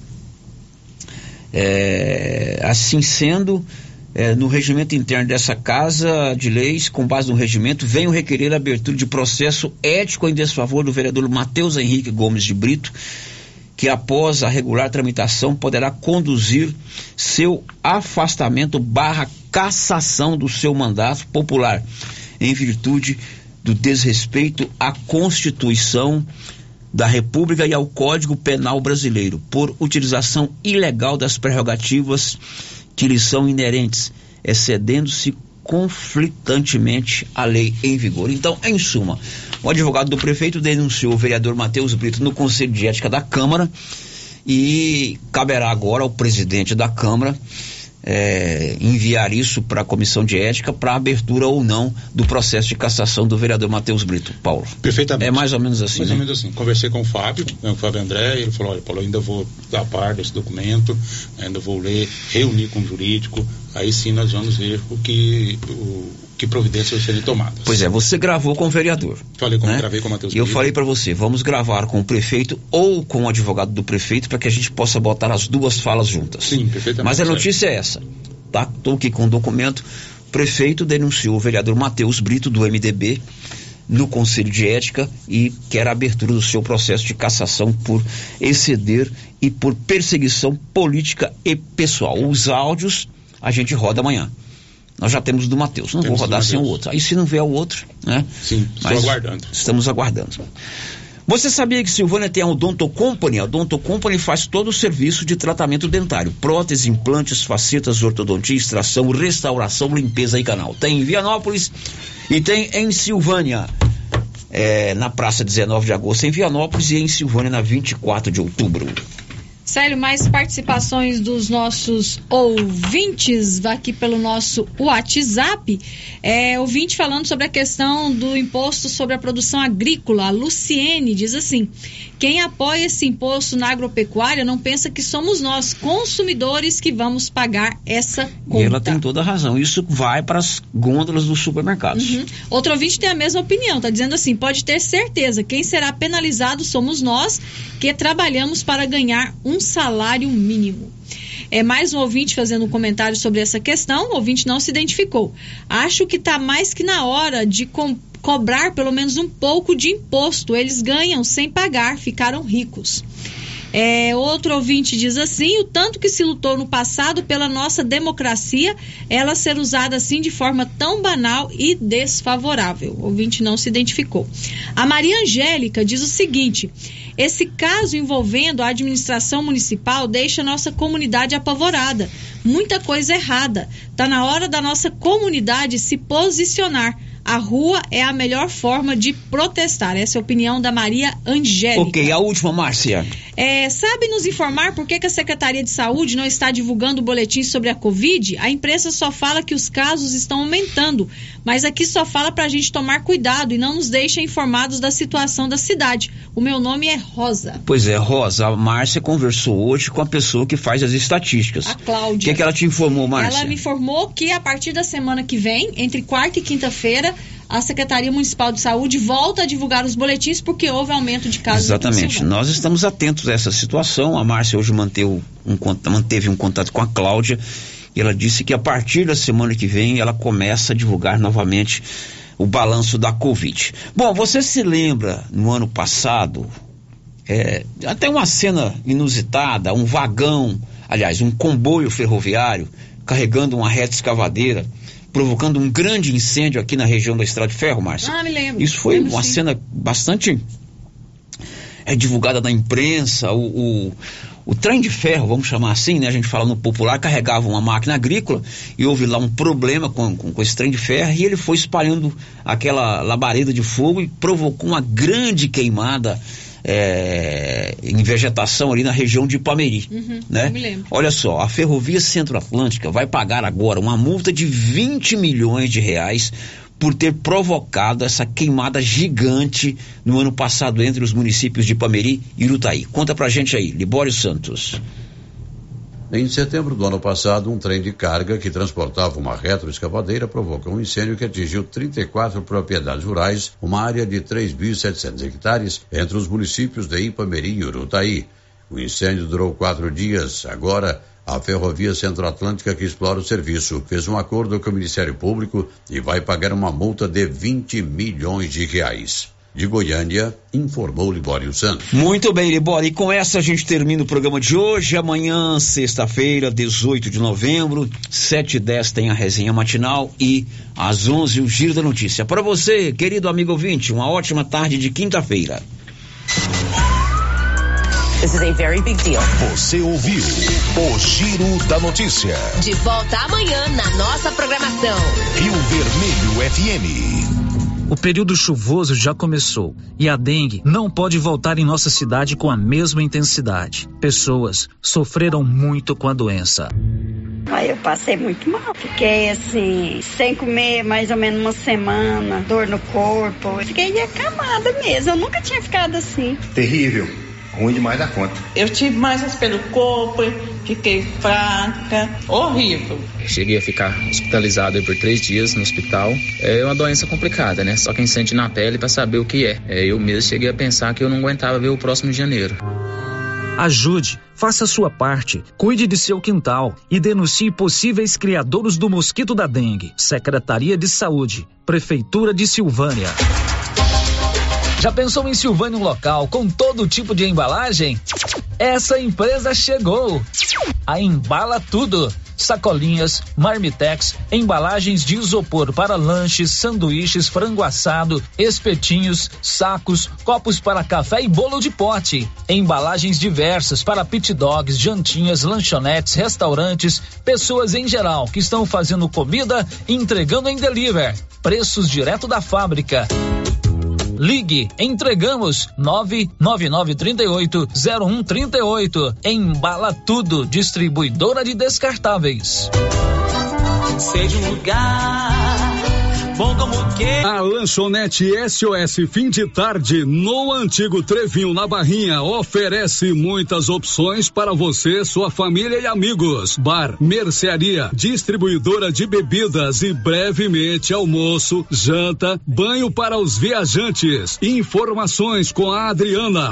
assim sendo, no regimento interno dessa Casa de Leis, com base no regimento, venho requerer a abertura de processo ético em desfavor do vereador Matheus Henrique Gomes de Brito, que após a regular tramitação poderá conduzir seu afastamento / cassação do seu mandato popular, em virtude do desrespeito à Constituição da República e ao Código Penal Brasileiro, por utilização ilegal das prerrogativas que lhe são inerentes, excedendo-se conflitantemente a lei em vigor. Então, em suma, o advogado do prefeito denunciou o vereador Matheus Brito no Conselho de Ética da Câmara e caberá agora ao presidente da Câmara enviar isso para a Comissão de Ética para abertura ou não do processo de cassação do vereador Matheus Brito. Paulo. Perfeitamente. É mais ou menos assim, mais né? ou menos assim. Conversei com o Fábio André, e ele falou, olha, Paulo, eu ainda vou dar par desse documento, ainda vou ler, reunir com o jurídico, aí sim nós vamos ver o que providências serem tomadas. Pois é, você gravou com o vereador. Gravei com o Matheus E eu Brito. falei para você, vamos gravar com o prefeito ou com o advogado do prefeito para que a gente possa botar as duas falas juntas. Sim, perfeitamente. Mas a notícia é essa, tá? Estou aqui com o documento. O prefeito denunciou o vereador Matheus Brito, do MDB, no Conselho de Ética e quer a abertura do seu processo de cassação por exceder e por perseguição política e pessoal. Os áudios a gente roda amanhã. Nós já temos do Matheus, não vou rodar sem o outro. Aí se não vier o outro, né? Sim, estou aguardando. Estamos aguardando. Você sabia que Silvânia tem a Odonto Company? A Odonto Company faz todo o serviço de tratamento dentário: prótese, implantes, facetas, ortodontia, extração, restauração, limpeza e canal. Tem em Vianópolis e tem em Silvânia, na praça 19 de agosto em Vianópolis, e em Silvânia na 24 de outubro. Célio, mais participações dos nossos ouvintes aqui pelo nosso WhatsApp. Ouvinte falando sobre a questão do imposto sobre a produção agrícola. A Luciene diz assim: quem apoia esse imposto na agropecuária não pensa que somos nós, consumidores, que vamos pagar essa conta. E ela tem toda a razão. Isso vai para as gôndolas dos supermercados. Uhum. Outro ouvinte tem a mesma opinião. Está dizendo assim: pode ter certeza, quem será penalizado somos nós, que trabalhamos para ganhar um salário mínimo. Mais um ouvinte fazendo um comentário sobre essa questão. O ouvinte não se identificou. Acho que está mais que na hora de cobrar pelo menos um pouco de imposto. Eles ganham sem pagar, ficaram ricos. Outro ouvinte diz assim: o tanto que se lutou no passado pela nossa democracia, ela ser usada assim de forma tão banal e desfavorável. O ouvinte não se identificou. A Maria Angélica diz o seguinte: esse caso envolvendo a administração municipal deixa nossa comunidade apavorada. Muita coisa errada. Está na hora da nossa comunidade se posicionar. A rua é a melhor forma de protestar. Essa é a opinião da Maria Angélica. Ok, a última, Márcia. Sabe nos informar por que a Secretaria de Saúde não está divulgando o boletim sobre a Covid? A imprensa só fala que os casos estão aumentando, mas aqui só fala para a gente tomar cuidado e não nos deixa informados da situação da cidade. O meu nome é Rosa. Pois é, Rosa, a Márcia conversou hoje com a pessoa que faz as estatísticas. A Cláudia. O que ela te informou, Márcia? Ela me informou que a partir da semana que vem, entre quarta e quinta-feira, a Secretaria Municipal de Saúde volta a divulgar os boletins porque houve aumento de casos. Exatamente. Nós estamos atentos a essa situação. A Márcia hoje manteve um contato com a Cláudia e ela disse que a partir da semana que vem ela começa a divulgar novamente o balanço da Covid. Bom, você se lembra no ano passado, até uma cena inusitada, um vagão, aliás, um comboio ferroviário carregando uma reta escavadeira, provocando um grande incêndio aqui na região da Estrada de Ferro, Márcia? Me lembro. Isso foi uma cena bastante divulgada na imprensa. O trem de ferro, vamos chamar assim, né? A gente fala no popular, carregava uma máquina agrícola e houve lá um problema com esse trem de ferro e ele foi espalhando aquela labareda de fogo e provocou uma grande queimada em vegetação ali na região de Ipameri, né? Eu me lembro. Olha só, a Ferrovia Centro-Atlântica vai pagar agora uma multa de 20 milhões de reais por ter provocado essa queimada gigante no ano passado entre os municípios de Ipameri e Irutaí. Conta pra gente aí, Libório Santos. Em setembro do ano passado, um trem de carga que transportava uma retroescavadeira provocou um incêndio que atingiu 34 propriedades rurais, uma área de 3.700 hectares, entre os municípios de Ipameri e Urutaí. O incêndio durou 4 dias. Agora, a Ferrovia Centro-Atlântica, que explora o serviço, fez um acordo com o Ministério Público e vai pagar uma multa de 20 milhões de reais. De Goiânia, informou Libório Santos. Muito bem, Libório. E com essa a gente termina o programa de hoje. Amanhã, sexta-feira, 18 de novembro, 7h10 tem a resenha matinal e às 11 o Giro da Notícia. Para você, querido amigo ouvinte, uma ótima tarde de quinta-feira. This is a very big deal. Você ouviu o Giro da Notícia. De volta amanhã na nossa programação. Rio Vermelho FM. O período chuvoso já começou e a dengue não pode voltar em nossa cidade com a mesma intensidade. Pessoas sofreram muito com a doença. Aí eu passei muito mal. Fiquei assim, sem comer mais ou menos uma semana, dor no corpo. Fiquei acamada mesmo. Eu nunca tinha ficado assim. Terrível. Ruim demais da conta. Eu tive manchas pelo corpo, fiquei fraca, horrível. Cheguei a ficar hospitalizado por 3 dias no hospital. É uma doença complicada, né? Só quem sente na pele para saber o que é. Eu mesmo cheguei a pensar que eu não aguentava ver o próximo de janeiro. Ajude, faça a sua parte, cuide de seu quintal e denuncie possíveis criadouros do mosquito da dengue. Secretaria de Saúde, Prefeitura de Silvânia. Já pensou em Silvânia um local com todo tipo de embalagem? Essa empresa chegou! A Embala Tudo. Sacolinhas, marmitex, embalagens de isopor para lanches, sanduíches, frango assado, espetinhos, sacos, copos para café e bolo de pote. Embalagens diversas para pit dogs, jantinhas, lanchonetes, restaurantes, pessoas em geral que estão fazendo comida e entregando em delivery. Preços direto da fábrica. Ligue, entregamos 99938-0138. Embala Tudo, distribuidora de descartáveis. Seja um lugar bom como que... A lanchonete SOS Fim de Tarde, no Antigo Trevinho, na Barrinha, oferece muitas opções para você, sua família e amigos. Bar, mercearia, distribuidora de bebidas e brevemente almoço, janta, banho para os viajantes. Informações com a Adriana.